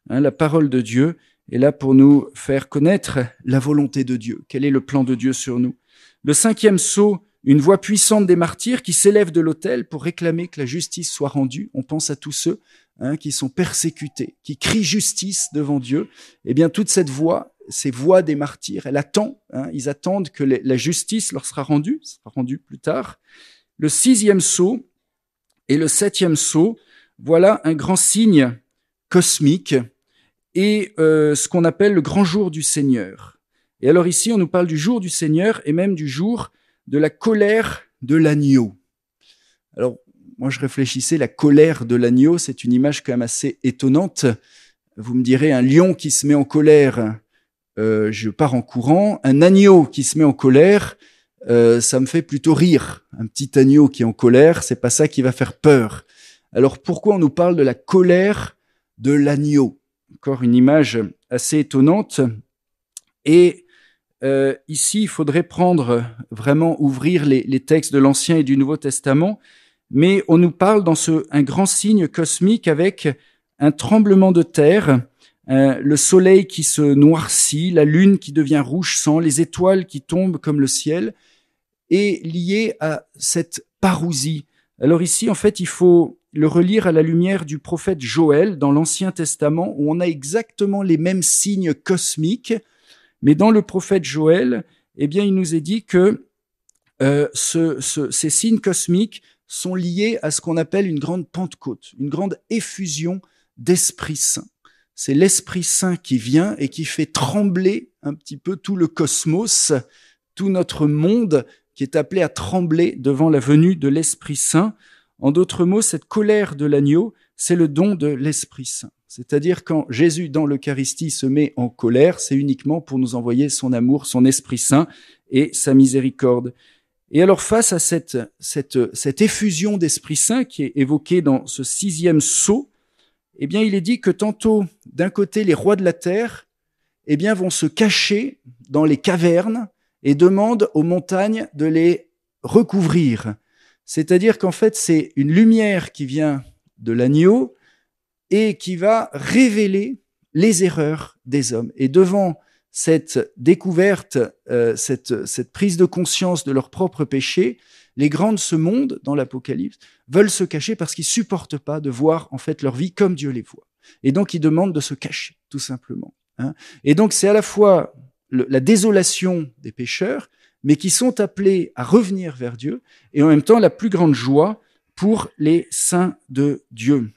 Hein, la parole de Dieu est là pour nous faire connaître la volonté de Dieu. Quel est le plan de Dieu sur nous? Le cinquième sceau, une voix puissante des martyrs qui s'élève de l'autel pour réclamer que la justice soit rendue. On pense à tous ceux hein, qui sont persécutés, qui crient justice devant Dieu. Eh bien, toute cette voix, ces voix des martyrs, elle attend. Hein, ils attendent que les, la justice leur sera rendue, sera rendue plus tard. Le sixième sceau et le septième sceau, voilà un grand signe cosmique et euh, ce qu'on appelle le grand jour du Seigneur. Et alors ici, on nous parle du jour du Seigneur et même du jour de la colère de l'agneau. Alors, moi, je réfléchissais, la colère de l'agneau, c'est une image quand même assez étonnante. Vous me direz, un lion qui se met en colère, euh, je pars en courant. Un agneau qui se met en colère, euh, ça me fait plutôt rire. Un petit agneau qui est en colère, c'est pas ça qui va faire peur. Alors, pourquoi on nous parle de la colère de l'agneau? Encore une image assez étonnante. Et euh, ici, il faudrait prendre, vraiment ouvrir les, les textes de l'Ancien et du Nouveau Testament, mais on nous parle dans ce, un grand signe cosmique avec un tremblement de terre, euh, le soleil qui se noircit, la lune qui devient rouge sang, les étoiles qui tombent comme le ciel, et lié à cette parousie. Alors ici, en fait, il faut le relire à la lumière du prophète Joël dans l'Ancien Testament, où on a exactement les mêmes signes cosmiques, mais dans le prophète Joël, eh bien, il nous est dit que euh, ce, ce, ces signes cosmiques sont liés à ce qu'on appelle une grande Pentecôte, une grande effusion d'Esprit Saint. C'est l'Esprit Saint qui vient et qui fait trembler un petit peu tout le cosmos, tout notre monde qui est appelé à trembler devant la venue de l'Esprit Saint. En d'autres mots, cette colère de l'agneau, c'est le don de l'Esprit Saint. C'est-à-dire quand Jésus, dans l'Eucharistie, se met en colère, c'est uniquement pour nous envoyer son amour, son Esprit Saint et sa miséricorde. Et alors, face à cette, cette, cette effusion d'Esprit Saint qui est évoquée dans ce sixième sceau, eh bien, il est dit que tantôt, d'un côté, les rois de la terre, eh bien, vont se cacher dans les cavernes et demandent aux montagnes de les recouvrir. C'est-à-dire qu'en fait, c'est une lumière qui vient de l'agneau et qui va révéler les erreurs des hommes. Et devant cette découverte, euh, cette, cette prise de conscience de leur propre péché, les grands de ce monde, dans l'Apocalypse, veulent se cacher parce qu'ils supportent pas de voir en fait leur vie comme Dieu les voit. Et donc, ils demandent de se cacher, tout simplement. Hein. Et donc, c'est à la fois le, la désolation des pécheurs, mais qui sont appelés à revenir vers Dieu, et en même temps la plus grande joie pour les saints de Dieu.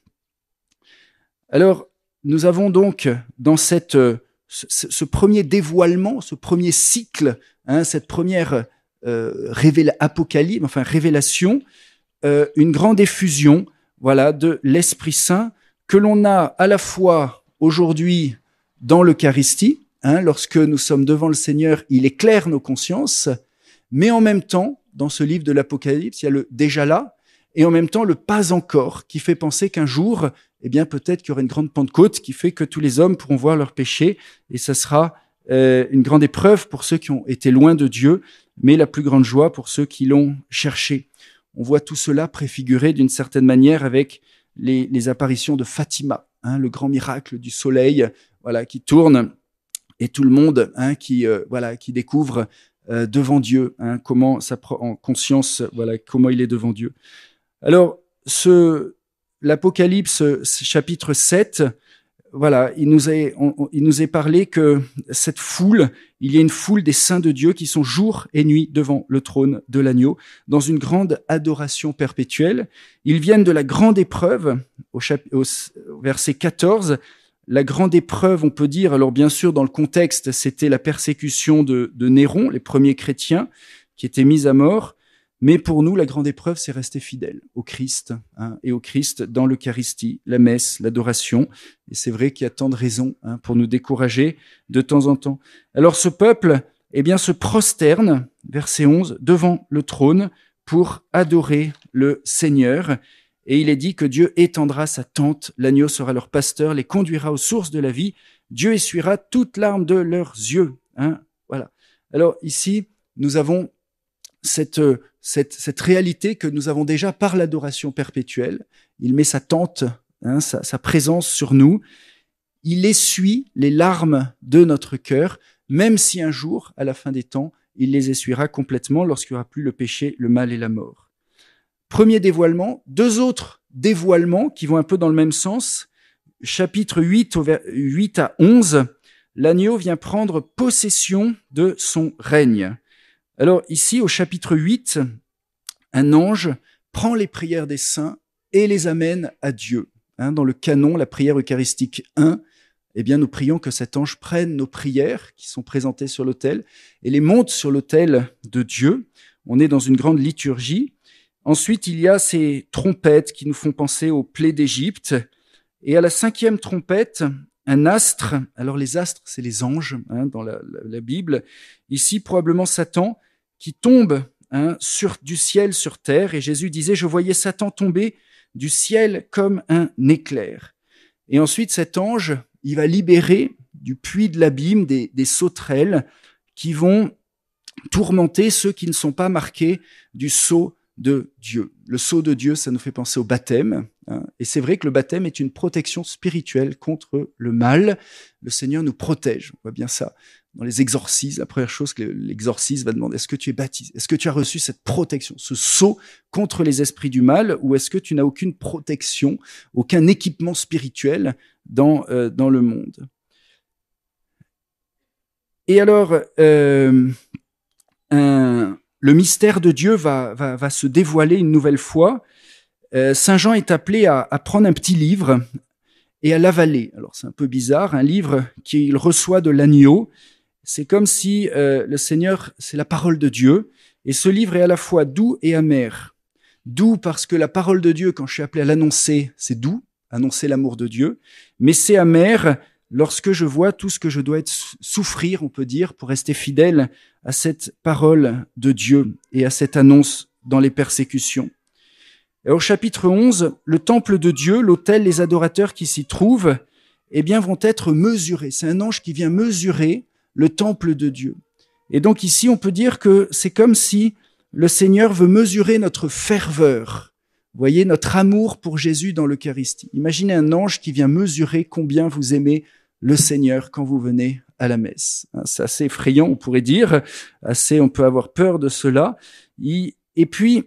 Alors, nous avons donc dans cette, ce, ce premier dévoilement, ce premier cycle, hein, cette première euh, révéla- apocalypse, enfin révélation, euh, une grande effusion, voilà, de l'Esprit Saint que l'on a à la fois aujourd'hui dans l'Eucharistie. Hein, lorsque nous sommes devant le Seigneur, il éclaire nos consciences, mais en même temps, dans ce livre de l'Apocalypse, il y a le déjà là, et en même temps le pas encore, qui fait penser qu'un jour, eh bien peut-être qu'il y aura une grande Pentecôte qui fait que tous les hommes pourront voir leurs péchés, et ça sera euh, une grande épreuve pour ceux qui ont été loin de Dieu, mais la plus grande joie pour ceux qui l'ont cherché. On voit tout cela préfiguré d'une certaine manière avec les, les apparitions de Fatima, hein, le grand miracle du soleil, voilà, qui tourne, et tout le monde hein, qui, euh, voilà, qui découvre euh, devant Dieu, hein, comment ça prend en conscience, voilà, comment il est devant Dieu. Alors, ce, l'Apocalypse chapitre sept, voilà, il nous est, on, il nous est parlé que cette foule, il y a une foule des saints de Dieu qui sont jour et nuit devant le trône de l'agneau, dans une grande adoration perpétuelle. Ils viennent de la grande épreuve, au, chapitre, au verset quatorze, la grande épreuve, on peut dire, alors bien sûr, dans le contexte, c'était la persécution de, de Néron, les premiers chrétiens qui étaient mis à mort. Mais pour nous, la grande épreuve, c'est rester fidèle au Christ hein, et au Christ dans l'Eucharistie, la messe, l'adoration. Et c'est vrai qu'il y a tant de raisons hein, pour nous décourager de temps en temps. Alors ce peuple, eh bien, se prosterne, verset onze, devant le trône pour adorer le Seigneur. Et il est dit que Dieu étendra sa tente, l'agneau sera leur pasteur, les conduira aux sources de la vie. Dieu essuiera toute larme de leurs yeux. Hein, voilà. Alors ici, nous avons cette, cette, cette réalité que nous avons déjà par l'adoration perpétuelle. Il met sa tente, hein, sa, sa présence sur nous. il essuie les larmes de notre cœur, même si un jour, à la fin des temps, il les essuiera complètement lorsqu'il n'y aura plus le péché, le mal et la mort. Premier dévoilement, deux autres dévoilements qui vont un peu dans le même sens. Chapitre huit, huit à onze, l'agneau vient prendre possession de son règne. Alors ici, au chapitre huit, un ange prend les prières des saints et les amène à Dieu. Hein, dans le canon, la prière eucharistique un, eh bien, nous prions que cet ange prenne nos prières qui sont présentées sur l'autel et les monte sur l'autel de Dieu. On est dans une grande liturgie. Ensuite, il y a ces trompettes qui nous font penser aux plaies d'Égypte. Et à la cinquième trompette, un astre. Alors les astres, c'est les anges hein, dans la, la, la Bible. Ici, probablement Satan qui tombe hein, sur, du ciel sur terre. Et Jésus disait, je voyais Satan tomber du ciel comme un éclair. Et ensuite, cet ange, il va libérer du puits de l'abîme des, des sauterelles qui vont tourmenter ceux qui ne sont pas marqués du sceau de Dieu. Le sceau de Dieu, ça nous fait penser au baptême. Hein, et c'est vrai que le baptême est une protection spirituelle contre le mal. Le Seigneur nous protège. On voit bien ça dans les exorcismes. La première chose que l'exorciste va demander, est-ce que tu es baptisé? Est-ce que tu as reçu cette protection, ce sceau contre les esprits du mal, ou est-ce que tu n'as aucune protection, aucun équipement spirituel dans, euh, dans le monde? Et alors, euh, un... le mystère de Dieu va, va, va se dévoiler une nouvelle fois. Euh, Saint Jean est appelé à, à prendre un petit livre et à l'avaler. Alors c'est un peu bizarre, un livre qu'il reçoit de l'agneau. C'est comme si euh, le Seigneur, c'est la parole de Dieu. Et ce livre est à la fois doux et amer. Doux parce que la parole de Dieu, quand je suis appelé à l'annoncer, c'est doux, annoncer l'amour de Dieu. Mais c'est amer lorsque je vois tout ce que je dois être souffrir, on peut dire, pour rester fidèle à cette parole de Dieu et à cette annonce dans les persécutions. Et au chapitre onze, le temple de Dieu, l'autel, les adorateurs qui s'y trouvent, eh bien, vont être mesurés. C'est un ange qui vient mesurer le temple de Dieu. Et donc ici, on peut dire que c'est comme si le Seigneur veut mesurer notre ferveur. Vous voyez, notre amour pour Jésus dans l'Eucharistie. Imaginez un ange qui vient mesurer combien vous aimez le Seigneur quand vous venez à la messe. C'est assez effrayant, on pourrait dire. Assez, on peut avoir peur de cela. Et puis,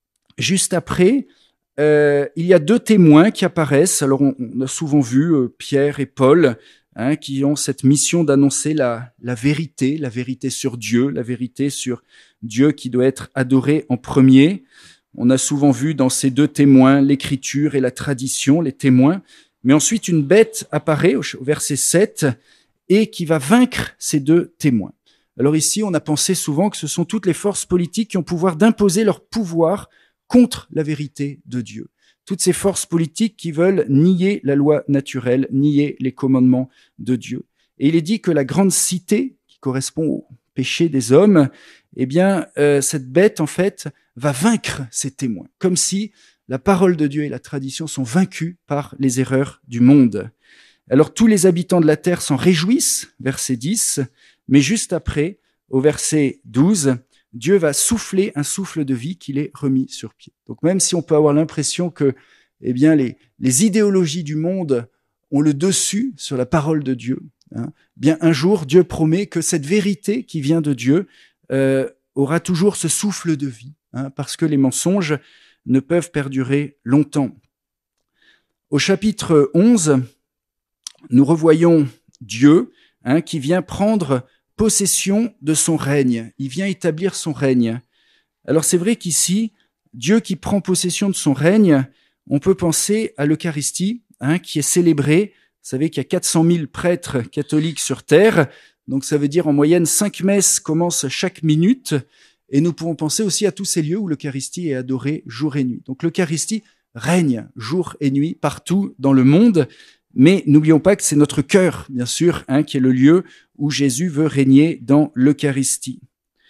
juste après, euh, il y a deux témoins qui apparaissent. Alors, on, on a souvent vu euh, Pierre et Paul, hein, qui ont cette mission d'annoncer la, la vérité, la vérité sur Dieu, la vérité sur Dieu qui doit être adoré en premier. On a souvent vu dans ces deux témoins l'écriture et la tradition, les témoins. Mais ensuite, une bête apparaît au verset sept et qui va vaincre ces deux témoins. Alors ici, on a pensé souvent que ce sont toutes les forces politiques qui ont pouvoir d'imposer leur pouvoir contre la vérité de Dieu. Toutes ces forces politiques qui veulent nier la loi naturelle, nier les commandements de Dieu. Et il est dit que la grande cité, qui correspond au péché des hommes, eh bien, euh, cette bête, en fait, va vaincre ces témoins, comme si la parole de Dieu et la tradition sont vaincus par les erreurs du monde. Alors, tous les habitants de la terre s'en réjouissent, verset dix, mais juste après, au verset douze, Dieu va souffler un souffle de vie qui les remis sur pied. Donc, même si on peut avoir l'impression que, eh bien, les, les idéologies du monde ont le dessus sur la parole de Dieu, hein, bien, un jour, Dieu promet que cette vérité qui vient de Dieu euh, aura toujours ce souffle de vie, hein, parce que les mensonges ne peuvent perdurer longtemps. Au chapitre onze, nous revoyons Dieu hein, qui vient prendre possession de son règne. Il vient établir son règne. Alors c'est vrai qu'ici, Dieu qui prend possession de son règne, on peut penser à l'Eucharistie hein, qui est célébrée. Vous savez qu'il y a quatre cent mille prêtres catholiques sur terre, donc ça veut dire en moyenne cinq messes commencent chaque minute. Et nous pouvons penser aussi à tous ces lieux où l'Eucharistie est adorée jour et nuit. Donc l'Eucharistie règne jour et nuit partout dans le monde, mais n'oublions pas que c'est notre cœur, bien sûr, hein, qui est le lieu où Jésus veut régner dans l'Eucharistie.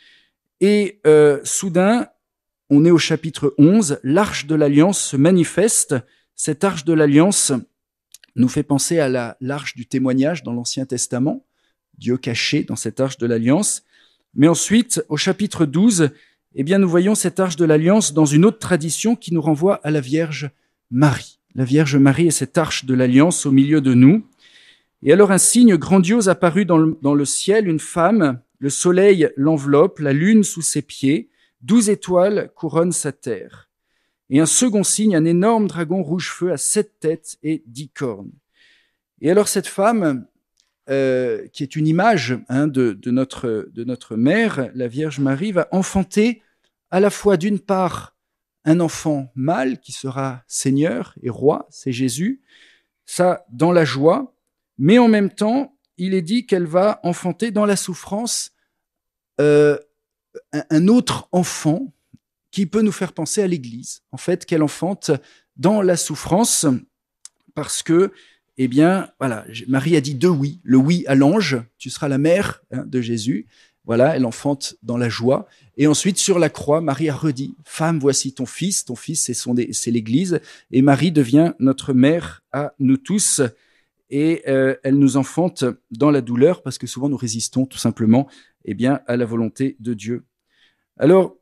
Et euh, soudain, on est au chapitre onze, l'arche de l'Alliance se manifeste. Cette arche de l'Alliance nous fait penser à la, l'arche du témoignage dans l'Ancien Testament, Dieu caché dans cette arche de l'Alliance. Mais ensuite, au chapitre douze, eh bien, nous voyons cette arche de l'Alliance dans une autre tradition qui nous renvoie à la Vierge Marie. La Vierge Marie est cette arche de l'Alliance au milieu de nous. Et alors un signe grandiose apparut dans le, dans le ciel, une femme, le soleil l'enveloppe, la lune sous ses pieds, douze étoiles couronnent sa terre. Et un second signe, un énorme dragon rouge-feu à sept têtes et dix cornes. Et alors cette femme, euh, qui est une image hein, de, de, notre, de notre mère, la Vierge Marie, va enfanter à la fois d'une part un enfant mâle qui sera Seigneur et roi, c'est Jésus, ça dans la joie, mais en même temps, il est dit qu'elle va enfanter dans la souffrance euh, un, un autre enfant qui peut nous faire penser à l'Église. En fait, qu'elle enfante dans la souffrance parce que, eh bien, voilà, Marie a dit deux oui. Le oui à l'ange, tu seras la mère hein, de Jésus. Voilà, elle enfante dans la joie. Et ensuite, sur la croix, Marie a redit, femme, voici ton fils. Ton fils, c'est, son, c'est l'Église. Et Marie devient notre mère à nous tous. Et euh, elle nous enfante dans la douleur parce que souvent nous résistons tout simplement eh bien, à la volonté de Dieu. Alors,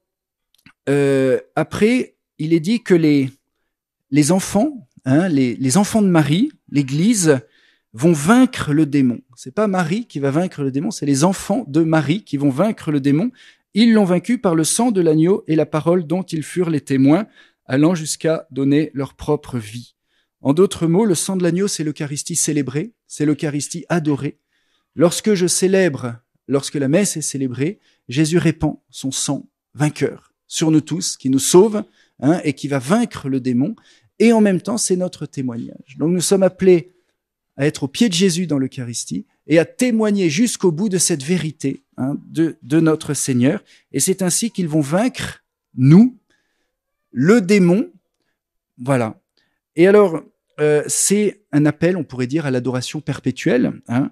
euh, après, il est dit que les, les enfants, hein, les, les enfants de Marie, l'Église, vont vaincre le démon. C'est pas Marie qui va vaincre le démon, c'est les enfants de Marie qui vont vaincre le démon. Ils l'ont vaincu par le sang de l'agneau et la parole dont ils furent les témoins, allant jusqu'à donner leur propre vie. En d'autres mots, le sang de l'agneau, c'est l'Eucharistie célébrée, c'est l'Eucharistie adorée. Lorsque je célèbre, lorsque la messe est célébrée, Jésus répand son sang vainqueur sur nous tous, qui nous sauve hein, et qui va vaincre le démon. Et en même temps, c'est notre témoignage. Donc nous sommes appelés à être au pied de Jésus dans l'Eucharistie et à témoigner jusqu'au bout de cette vérité hein, de, de notre Seigneur. Et c'est ainsi qu'ils vont vaincre, nous, le démon. Voilà. Et alors, euh, c'est un appel, on pourrait dire, à l'adoration perpétuelle. Hein.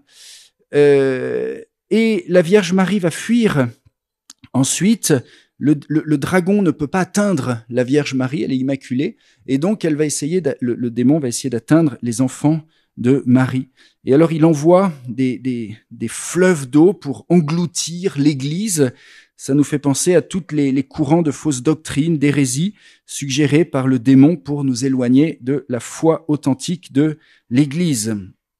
Euh, et la Vierge Marie va fuir. Ensuite, le, le, le dragon ne peut pas atteindre la Vierge Marie, elle est immaculée. Et donc, elle va essayer, le, le démon va essayer d'atteindre les enfants de Marie. Et alors, il envoie des, des, des fleuves d'eau pour engloutir l'Église. Ça nous fait penser à tous les, les courants de fausses doctrines, d'hérésie suggérés par le démon pour nous éloigner de la foi authentique de l'Église.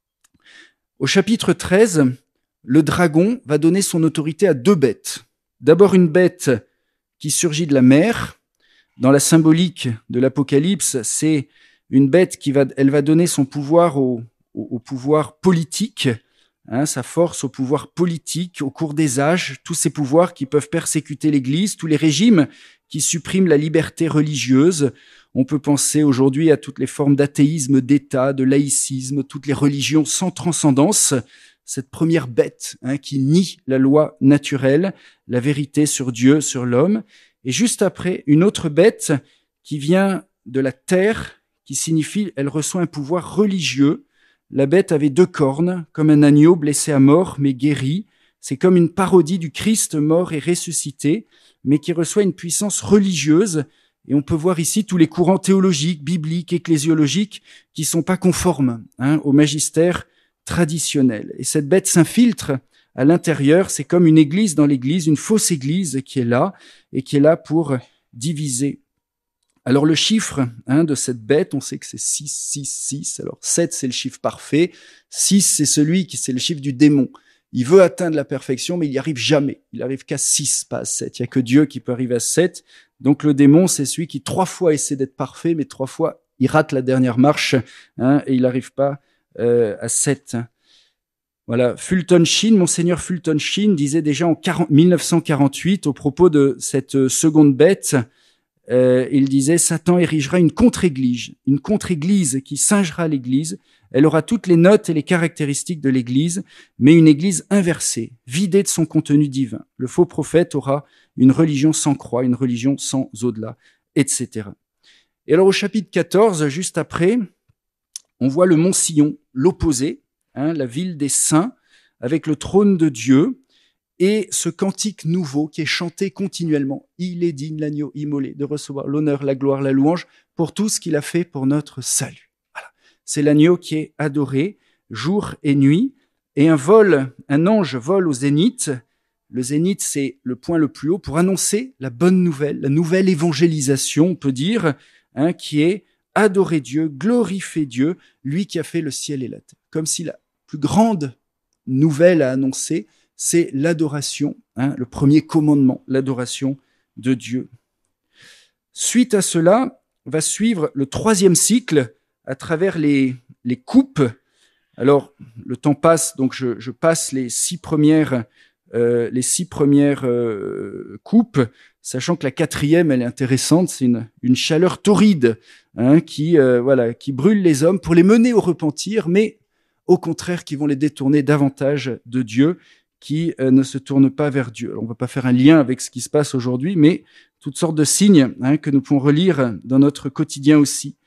Au chapitre treize, le dragon va donner son autorité à deux bêtes. D'abord une bête qui surgit de la mer. Dans la symbolique de l'Apocalypse, c'est une bête qui va, elle va donner son pouvoir au, au, au pouvoir politique, hein, sa force au pouvoir politique au cours des âges, tous ces pouvoirs qui peuvent persécuter l'Église, tous les régimes qui suppriment la liberté religieuse. On peut penser aujourd'hui à toutes les formes d'athéisme d'État, de laïcisme, toutes les religions sans transcendance. Cette première bête hein, qui nie la loi naturelle, la vérité sur Dieu, sur l'homme. Et juste après, une autre bête qui vient de la terre, qui signifie elle reçoit un pouvoir religieux. La bête avait deux cornes, comme un agneau blessé à mort, mais guéri. C'est comme une parodie du Christ mort et ressuscité, mais qui reçoit une puissance religieuse. Et on peut voir ici tous les courants théologiques, bibliques, ecclésiologiques, qui sont pas conformes hein, au magistère traditionnel. Et cette bête s'infiltre à l'intérieur. C'est comme une église dans l'église, une fausse église qui est là et qui est là pour diviser. Alors le chiffre hein, de cette bête, on sait que c'est six, six, six. Alors sept, c'est le chiffre parfait. six, c'est celui qui, c'est le chiffre du démon. Il veut atteindre la perfection, mais il n'y arrive jamais. Il arrive qu'à six, pas à sept. Il n'y a que Dieu qui peut arriver à sept. Donc le démon, c'est celui qui trois fois essaie d'être parfait, mais trois fois, il rate la dernière marche hein, et il n'arrive pas euh, à sept. Voilà, Fulton Sheen, Monseigneur Fulton Sheen disait déjà en mille neuf cent quarante-huit, au propos de cette seconde bête, Euh, il disait, Satan érigera une contre-église, une contre-église qui singera l'église. Elle aura toutes les notes et les caractéristiques de l'église, mais une église inversée, vidée de son contenu divin. Le faux prophète aura une religion sans croix, une religion sans au-delà, et cetera. Et alors au chapitre quatorze, juste après, on voit le mont Sion, l'opposé, hein, la ville des saints, avec le trône de Dieu, et ce cantique nouveau qui est chanté continuellement. Il est digne, l'agneau immolé, de recevoir l'honneur, la gloire, la louange pour tout ce qu'il a fait pour notre salut. Voilà. C'est l'agneau qui est adoré jour et nuit. Et un vol, un ange vole au zénith. Le zénith, c'est le point le plus haut pour annoncer la bonne nouvelle, la nouvelle évangélisation, on peut dire, hein, qui est adorer Dieu, glorifier Dieu, lui qui a fait le ciel et la terre. Comme si la plus grande nouvelle à annoncer, c'est l'adoration, hein, le premier commandement, l'adoration de Dieu. Suite à cela, va suivre le troisième cycle à travers les, les coupes. Alors, le temps passe, donc je, je passe les six premières, euh, les six premières euh, coupes, sachant que la quatrième, elle est intéressante, c'est une, une chaleur torride hein, qui, euh, voilà, qui brûle les hommes pour les mener au repentir, mais au contraire, qui vont les détourner davantage de Dieu, qui euh, ne se tournent pas vers Dieu. Alors, on ne va pas faire un lien avec ce qui se passe aujourd'hui, mais toutes sortes de signes hein, que nous pouvons relire dans notre quotidien aussi.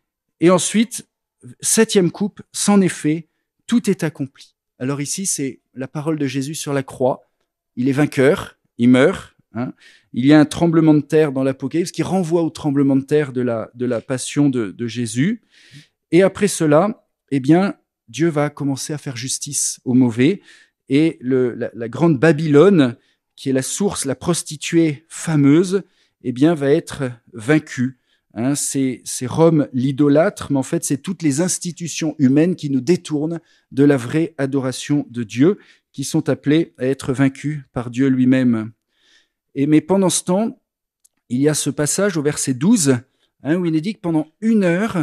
Et ensuite, septième coupe, c'en est fait, tout est accompli. Alors ici, c'est la parole de Jésus sur la croix. Il est vainqueur, il meurt. Hein. Il y a un tremblement de terre dans l'Apocalypse qui renvoie au tremblement de terre de la, de la passion de, de Jésus. Et après cela, eh bien, Dieu va commencer à faire justice aux mauvais. Et le, la, la grande Babylone, qui est la source, la prostituée fameuse, eh bien, va être vaincue. Hein, c'est, c'est Rome l'idolâtre, mais en fait, c'est toutes les institutions humaines qui nous détournent de la vraie adoration de Dieu, qui sont appelées à être vaincues par Dieu lui-même. Et, mais pendant ce temps, il y a ce passage au verset douze, hein, où il est dit que pendant une heure,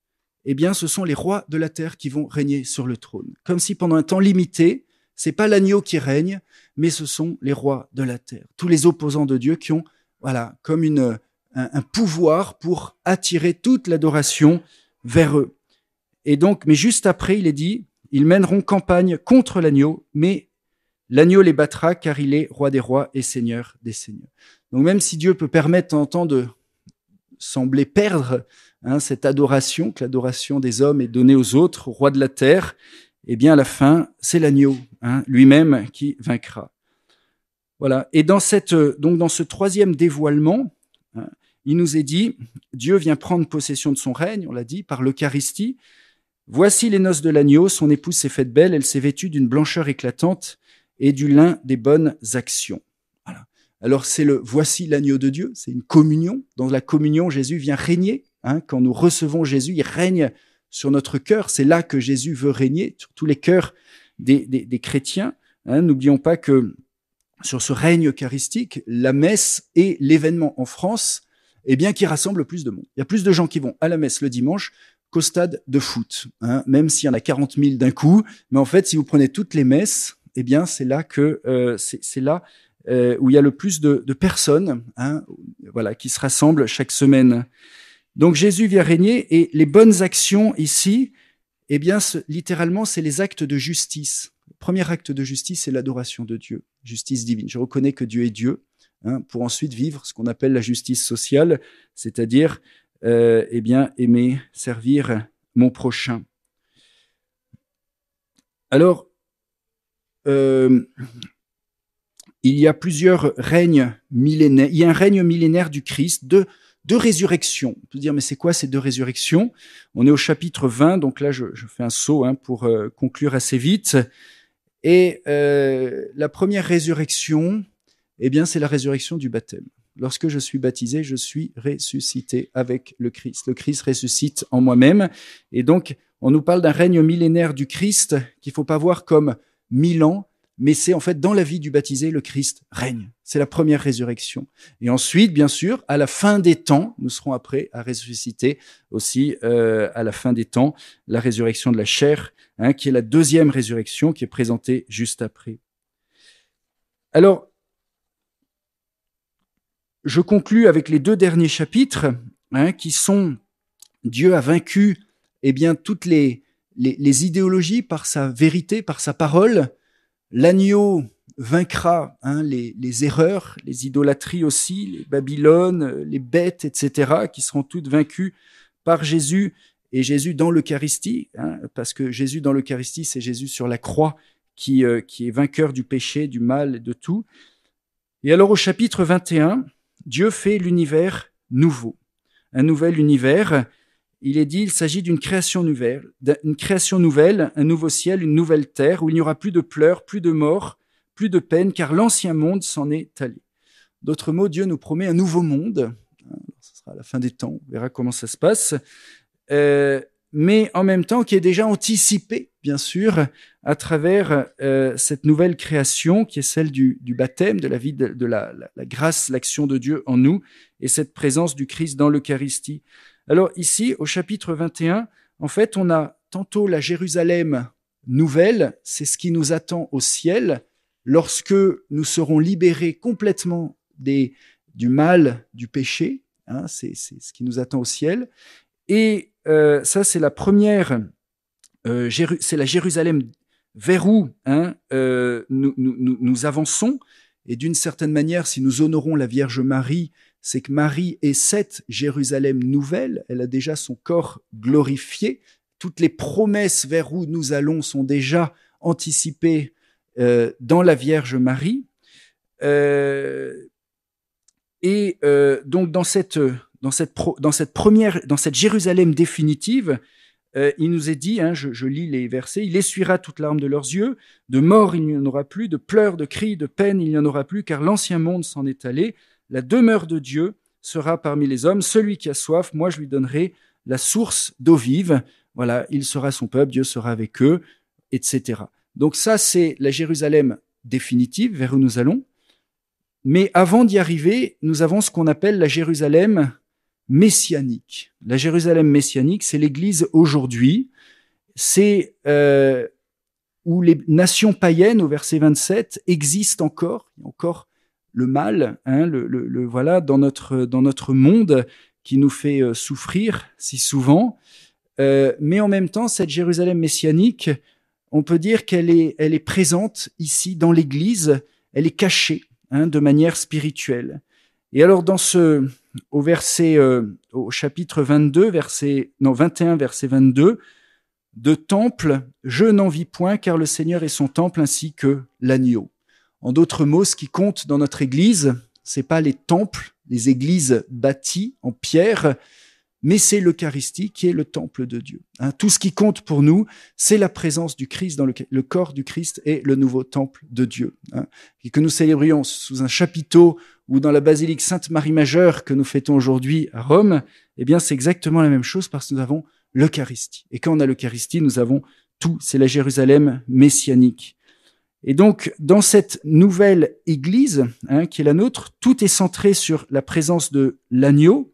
eh bien, ce sont les rois de la terre qui vont régner sur le trône. Comme si pendant un temps limité, c'est pas l'agneau qui règne, mais ce sont les rois de la terre. Tous les opposants de Dieu qui ont, voilà, comme une, un, un pouvoir pour attirer toute l'adoration vers eux. Et donc, mais juste après, il est dit, ils mèneront campagne contre l'agneau, mais l'agneau les battra car il est roi des rois et seigneur des seigneurs. Donc même si Dieu peut permettre en temps de sembler perdre hein, cette adoration, que l'adoration des hommes est donnée aux autres, aux rois de la terre, eh bien à la fin, c'est l'agneau hein, lui-même qui vaincra. Voilà. Et dans cette, donc dans ce troisième dévoilement, hein, il nous est dit, Dieu vient prendre possession de son règne, on l'a dit, par l'Eucharistie. Voici les noces de l'agneau, son épouse s'est faite belle, elle s'est vêtue d'une blancheur éclatante et du lin des bonnes actions. Voilà. Alors c'est le voici l'agneau de Dieu, c'est une communion. Dans la communion, Jésus vient régner. Hein, quand nous recevons Jésus, il règne sur notre cœur. C'est là que Jésus veut régner, sur tous les cœurs des, des, des chrétiens. Hein, n'oublions pas que sur ce règne eucharistique, la messe est l'événement en France eh bien, qui rassemble le plus de monde. Il y a plus de gens qui vont à la messe le dimanche qu'au stade de foot, hein, même s'il y en a quarante mille d'un coup. Mais en fait, si vous prenez toutes les messes, eh bien, c'est là que euh, c'est, c'est là euh, où il y a le plus de, de personnes, hein, voilà, qui se rassemblent chaque semaine. Donc Jésus vient régner et les bonnes actions ici, eh bien, ce, littéralement, c'est les actes de justice. Le premier acte de justice, c'est l'adoration de Dieu, justice divine. Je reconnais que Dieu est Dieu, hein, pour ensuite vivre ce qu'on appelle la justice sociale, c'est-à-dire, euh, eh bien, aimer, servir mon prochain. Alors, euh, il y a plusieurs règnes millénaires. Il y a un règne millénaire du Christ, de Deux résurrections. On peut dire, mais c'est quoi ces deux résurrections? On est au chapitre vingt, donc là, je, je fais un saut hein, pour euh, conclure assez vite. Et euh, la première résurrection, eh bien, c'est la résurrection du baptême. Lorsque je suis baptisé, je suis ressuscité avec le Christ. Le Christ ressuscite en moi-même. Et donc, on nous parle d'un règne millénaire du Christ qu'il ne faut pas voir comme mille ans, mais c'est en fait dans la vie du baptisé, le Christ règne. C'est la première résurrection. Et ensuite, bien sûr, à la fin des temps, nous serons après à ressusciter aussi euh, à la fin des temps, la résurrection de la chair, hein, qui est la deuxième résurrection qui est présentée juste après. Alors, je conclus avec les deux derniers chapitres, hein, qui sont Dieu a vaincu eh bien, toutes les, les, les idéologies par sa vérité, par sa parole. L'agneau vaincra hein, les, les erreurs, les idolâtries aussi, les Babylones, les bêtes, et cetera, qui seront toutes vaincues par Jésus et Jésus dans l'Eucharistie, hein, parce que Jésus dans l'Eucharistie, c'est Jésus sur la croix qui, euh, qui est vainqueur du péché, du mal et de tout. Et alors au chapitre vingt et un, Dieu fait l'univers nouveau, un nouvel univers. Il est dit, il s'agit d'une création nouvelle, d'une création nouvelle, un nouveau ciel, une nouvelle terre, où il n'y aura plus de pleurs, plus de morts, plus de peine, car l'ancien monde s'en est allé. D'autres mots, Dieu nous promet un nouveau monde. Ce sera à la fin des temps, on verra comment ça se passe. Euh, mais en même temps, qui est déjà anticipé bien sûr, à travers euh, cette nouvelle création qui est celle du, du baptême, de la vie, de, de la, la, la grâce, l'action de Dieu en nous, et cette présence du Christ dans l'Eucharistie. Alors ici, au chapitre vingt et un, en fait, on a tantôt la Jérusalem nouvelle, c'est ce qui nous attend au ciel, lorsque nous serons libérés complètement des, du mal, du péché, hein, c'est, c'est ce qui nous attend au ciel. Et euh, ça, c'est la première, euh, Jéru- c'est la Jérusalem vers où hein, euh, nous, nous, nous avançons. Et d'une certaine manière, si nous honorons la Vierge Marie, c'est que Marie est cette Jérusalem nouvelle. Elle a déjà son corps glorifié. Toutes les promesses vers où nous allons sont déjà anticipées euh, dans la Vierge Marie. Euh, et euh, donc dans cette dans cette pro, dans cette première dans cette Jérusalem définitive, euh, il nous est dit, hein, je, je lis les versets, il essuiera toute larme de leurs yeux, de mort il n'y en aura plus, de pleurs, de cris, de peine il n'y en aura plus, car l'ancien monde s'en est allé. La demeure de Dieu sera parmi les hommes. Celui qui a soif, moi je lui donnerai la source d'eau vive. Voilà, il sera son peuple, Dieu sera avec eux, et cetera. Donc ça, c'est la Jérusalem définitive vers où nous allons. Mais avant d'y arriver, nous avons ce qu'on appelle la Jérusalem messianique. La Jérusalem messianique, c'est l'Église aujourd'hui. C'est euh, où les nations païennes, au verset vingt-sept, existent encore. Il y a encore le mal, hein, le, le, le voilà, dans notre dans notre monde qui nous fait euh, souffrir si souvent. Euh, mais en même temps, cette Jérusalem messianique, on peut dire qu'elle est elle est présente ici dans l'Église. Elle est cachée. Hein, de manière spirituelle. Et alors dans ce, au verset, euh, au chapitre vingt-deux, verset, non vingt et un, verset vingt-deux, de temple, je n'en vis point, car le Seigneur est son temple ainsi que l'agneau. En d'autres mots, ce qui compte dans notre Église, c'est pas les temples, les églises bâties en pierre, mais c'est l'Eucharistie qui est le temple de Dieu. Hein, tout ce qui compte pour nous, c'est la présence du Christ dans le, le corps du Christ et le nouveau temple de Dieu. Hein, et que nous célébrions sous un chapiteau ou dans la basilique Sainte-Marie-Majeure que nous fêtons aujourd'hui à Rome, eh bien c'est exactement la même chose parce que nous avons l'Eucharistie. Et quand on a l'Eucharistie, nous avons tout. C'est la Jérusalem messianique. Et donc, dans cette nouvelle Église hein, qui est la nôtre, tout est centré sur la présence de l'agneau.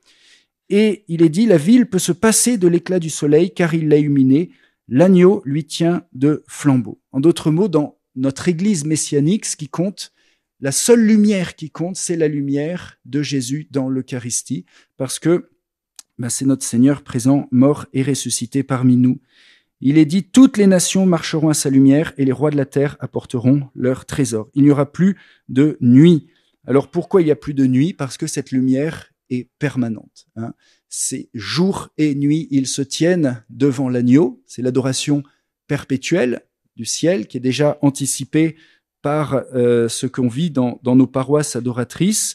Et il est dit, la ville peut se passer de l'éclat du soleil, car il l'a illuminée. L'agneau lui tient de flambeau. En d'autres mots, dans notre Église messianique, ce qui compte, la seule lumière qui compte, c'est la lumière de Jésus dans l'Eucharistie, parce que ben, c'est notre Seigneur présent, mort et ressuscité parmi nous. Il est dit, toutes les nations marcheront à sa lumière, et les rois de la terre apporteront leur trésor. Il n'y aura plus de nuit. Alors pourquoi il n'y a plus de nuit ? Parce que cette lumière est permanente. Hein. C'est jour et nuit, ils se tiennent devant l'agneau. C'est l'adoration perpétuelle du ciel qui est déjà anticipée par euh, ce qu'on vit dans, dans nos paroisses adoratrices.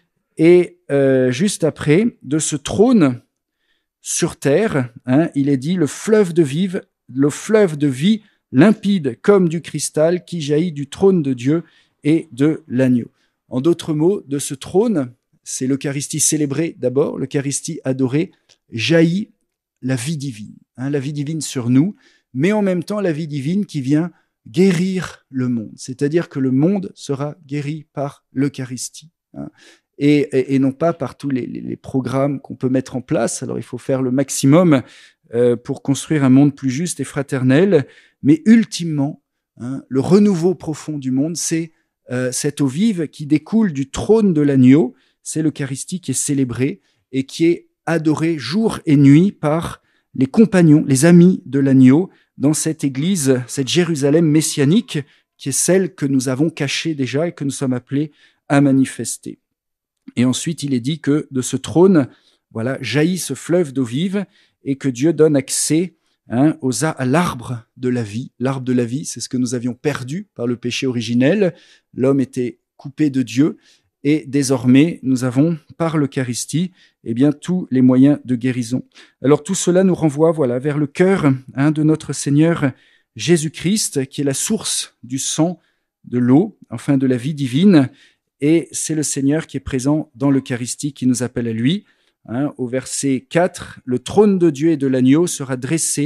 Et euh, juste après, de ce trône sur terre, hein, il est dit le fleuve de vive, le fleuve de vie limpide comme du cristal qui jaillit du trône de Dieu et de l'agneau. En d'autres mots, de ce trône, c'est l'Eucharistie célébrée d'abord, l'Eucharistie adorée, jaillit la vie divine, hein, la vie divine sur nous, mais en même temps la vie divine qui vient guérir le monde. C'est-à-dire que le monde sera guéri par l'Eucharistie, hein, et, et, et non pas par tous les, les, les programmes qu'on peut mettre en place. Alors il faut faire le maximum euh, pour construire un monde plus juste et fraternel, mais ultimement, hein, le renouveau profond du monde, c'est euh, cette eau vive qui découle du trône de l'agneau. C'est l'Eucharistie qui est célébrée et qui est adorée jour et nuit par les compagnons, les amis de l'agneau dans cette église, cette Jérusalem messianique qui est celle que nous avons cachée déjà et que nous sommes appelés à manifester. Et ensuite, il est dit que de ce trône, voilà, jaillit ce fleuve d'eau vive et que Dieu donne accès hein, aux, à l'arbre de la vie. L'arbre de la vie, c'est ce que nous avions perdu par le péché originel. L'homme était coupé de Dieu. Et désormais, nous avons, par l'Eucharistie, eh bien, tous les moyens de guérison. Alors, tout cela nous renvoie, voilà, vers le cœur hein, de notre Seigneur Jésus-Christ, qui est la source du sang, de l'eau, enfin de la vie divine. Et c'est le Seigneur qui est présent dans l'Eucharistie, qui nous appelle à lui. Hein, au verset quatre, le trône de Dieu et de l'agneau sera dressé,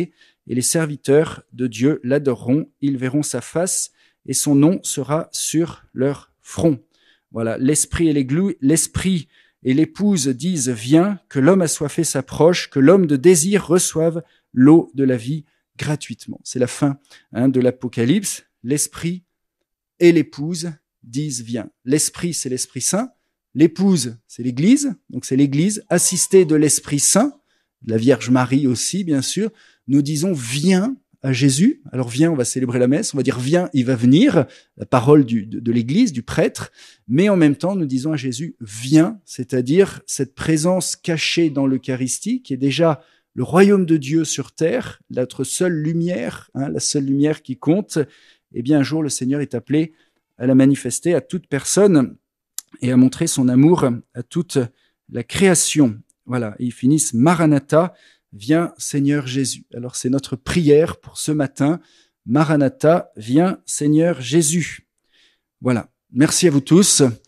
et les serviteurs de Dieu l'adoreront, ils verront sa face et son nom sera sur leur front. Voilà, l'esprit et l'églou- l'esprit et l'épouse disent viens, que l'homme assoiffé s'approche, que l'homme de désir reçoive l'eau de la vie gratuitement. C'est la fin hein, de l'Apocalypse. L'esprit et l'épouse disent viens. L'esprit, c'est l'Esprit Saint. L'épouse, c'est l'Église. Donc c'est l'Église assistée de l'Esprit Saint, de la Vierge Marie aussi, bien sûr. Nous disons viens à Jésus. Alors viens, on va célébrer la messe. On va dire viens, il va venir. La parole du, de, de l'Église, du prêtre. Mais en même temps, nous disons à Jésus viens, c'est-à-dire cette présence cachée dans l'Eucharistie qui est déjà le royaume de Dieu sur terre, notre seule lumière, hein, la seule lumière qui compte. Eh bien, un jour, le Seigneur est appelé à la manifester à toute personne et à montrer son amour à toute la création. Voilà, et ils finissent Maranatha, viens Seigneur Jésus. Alors c'est notre prière pour ce matin. Maranatha, viens Seigneur Jésus. Voilà, merci à vous tous.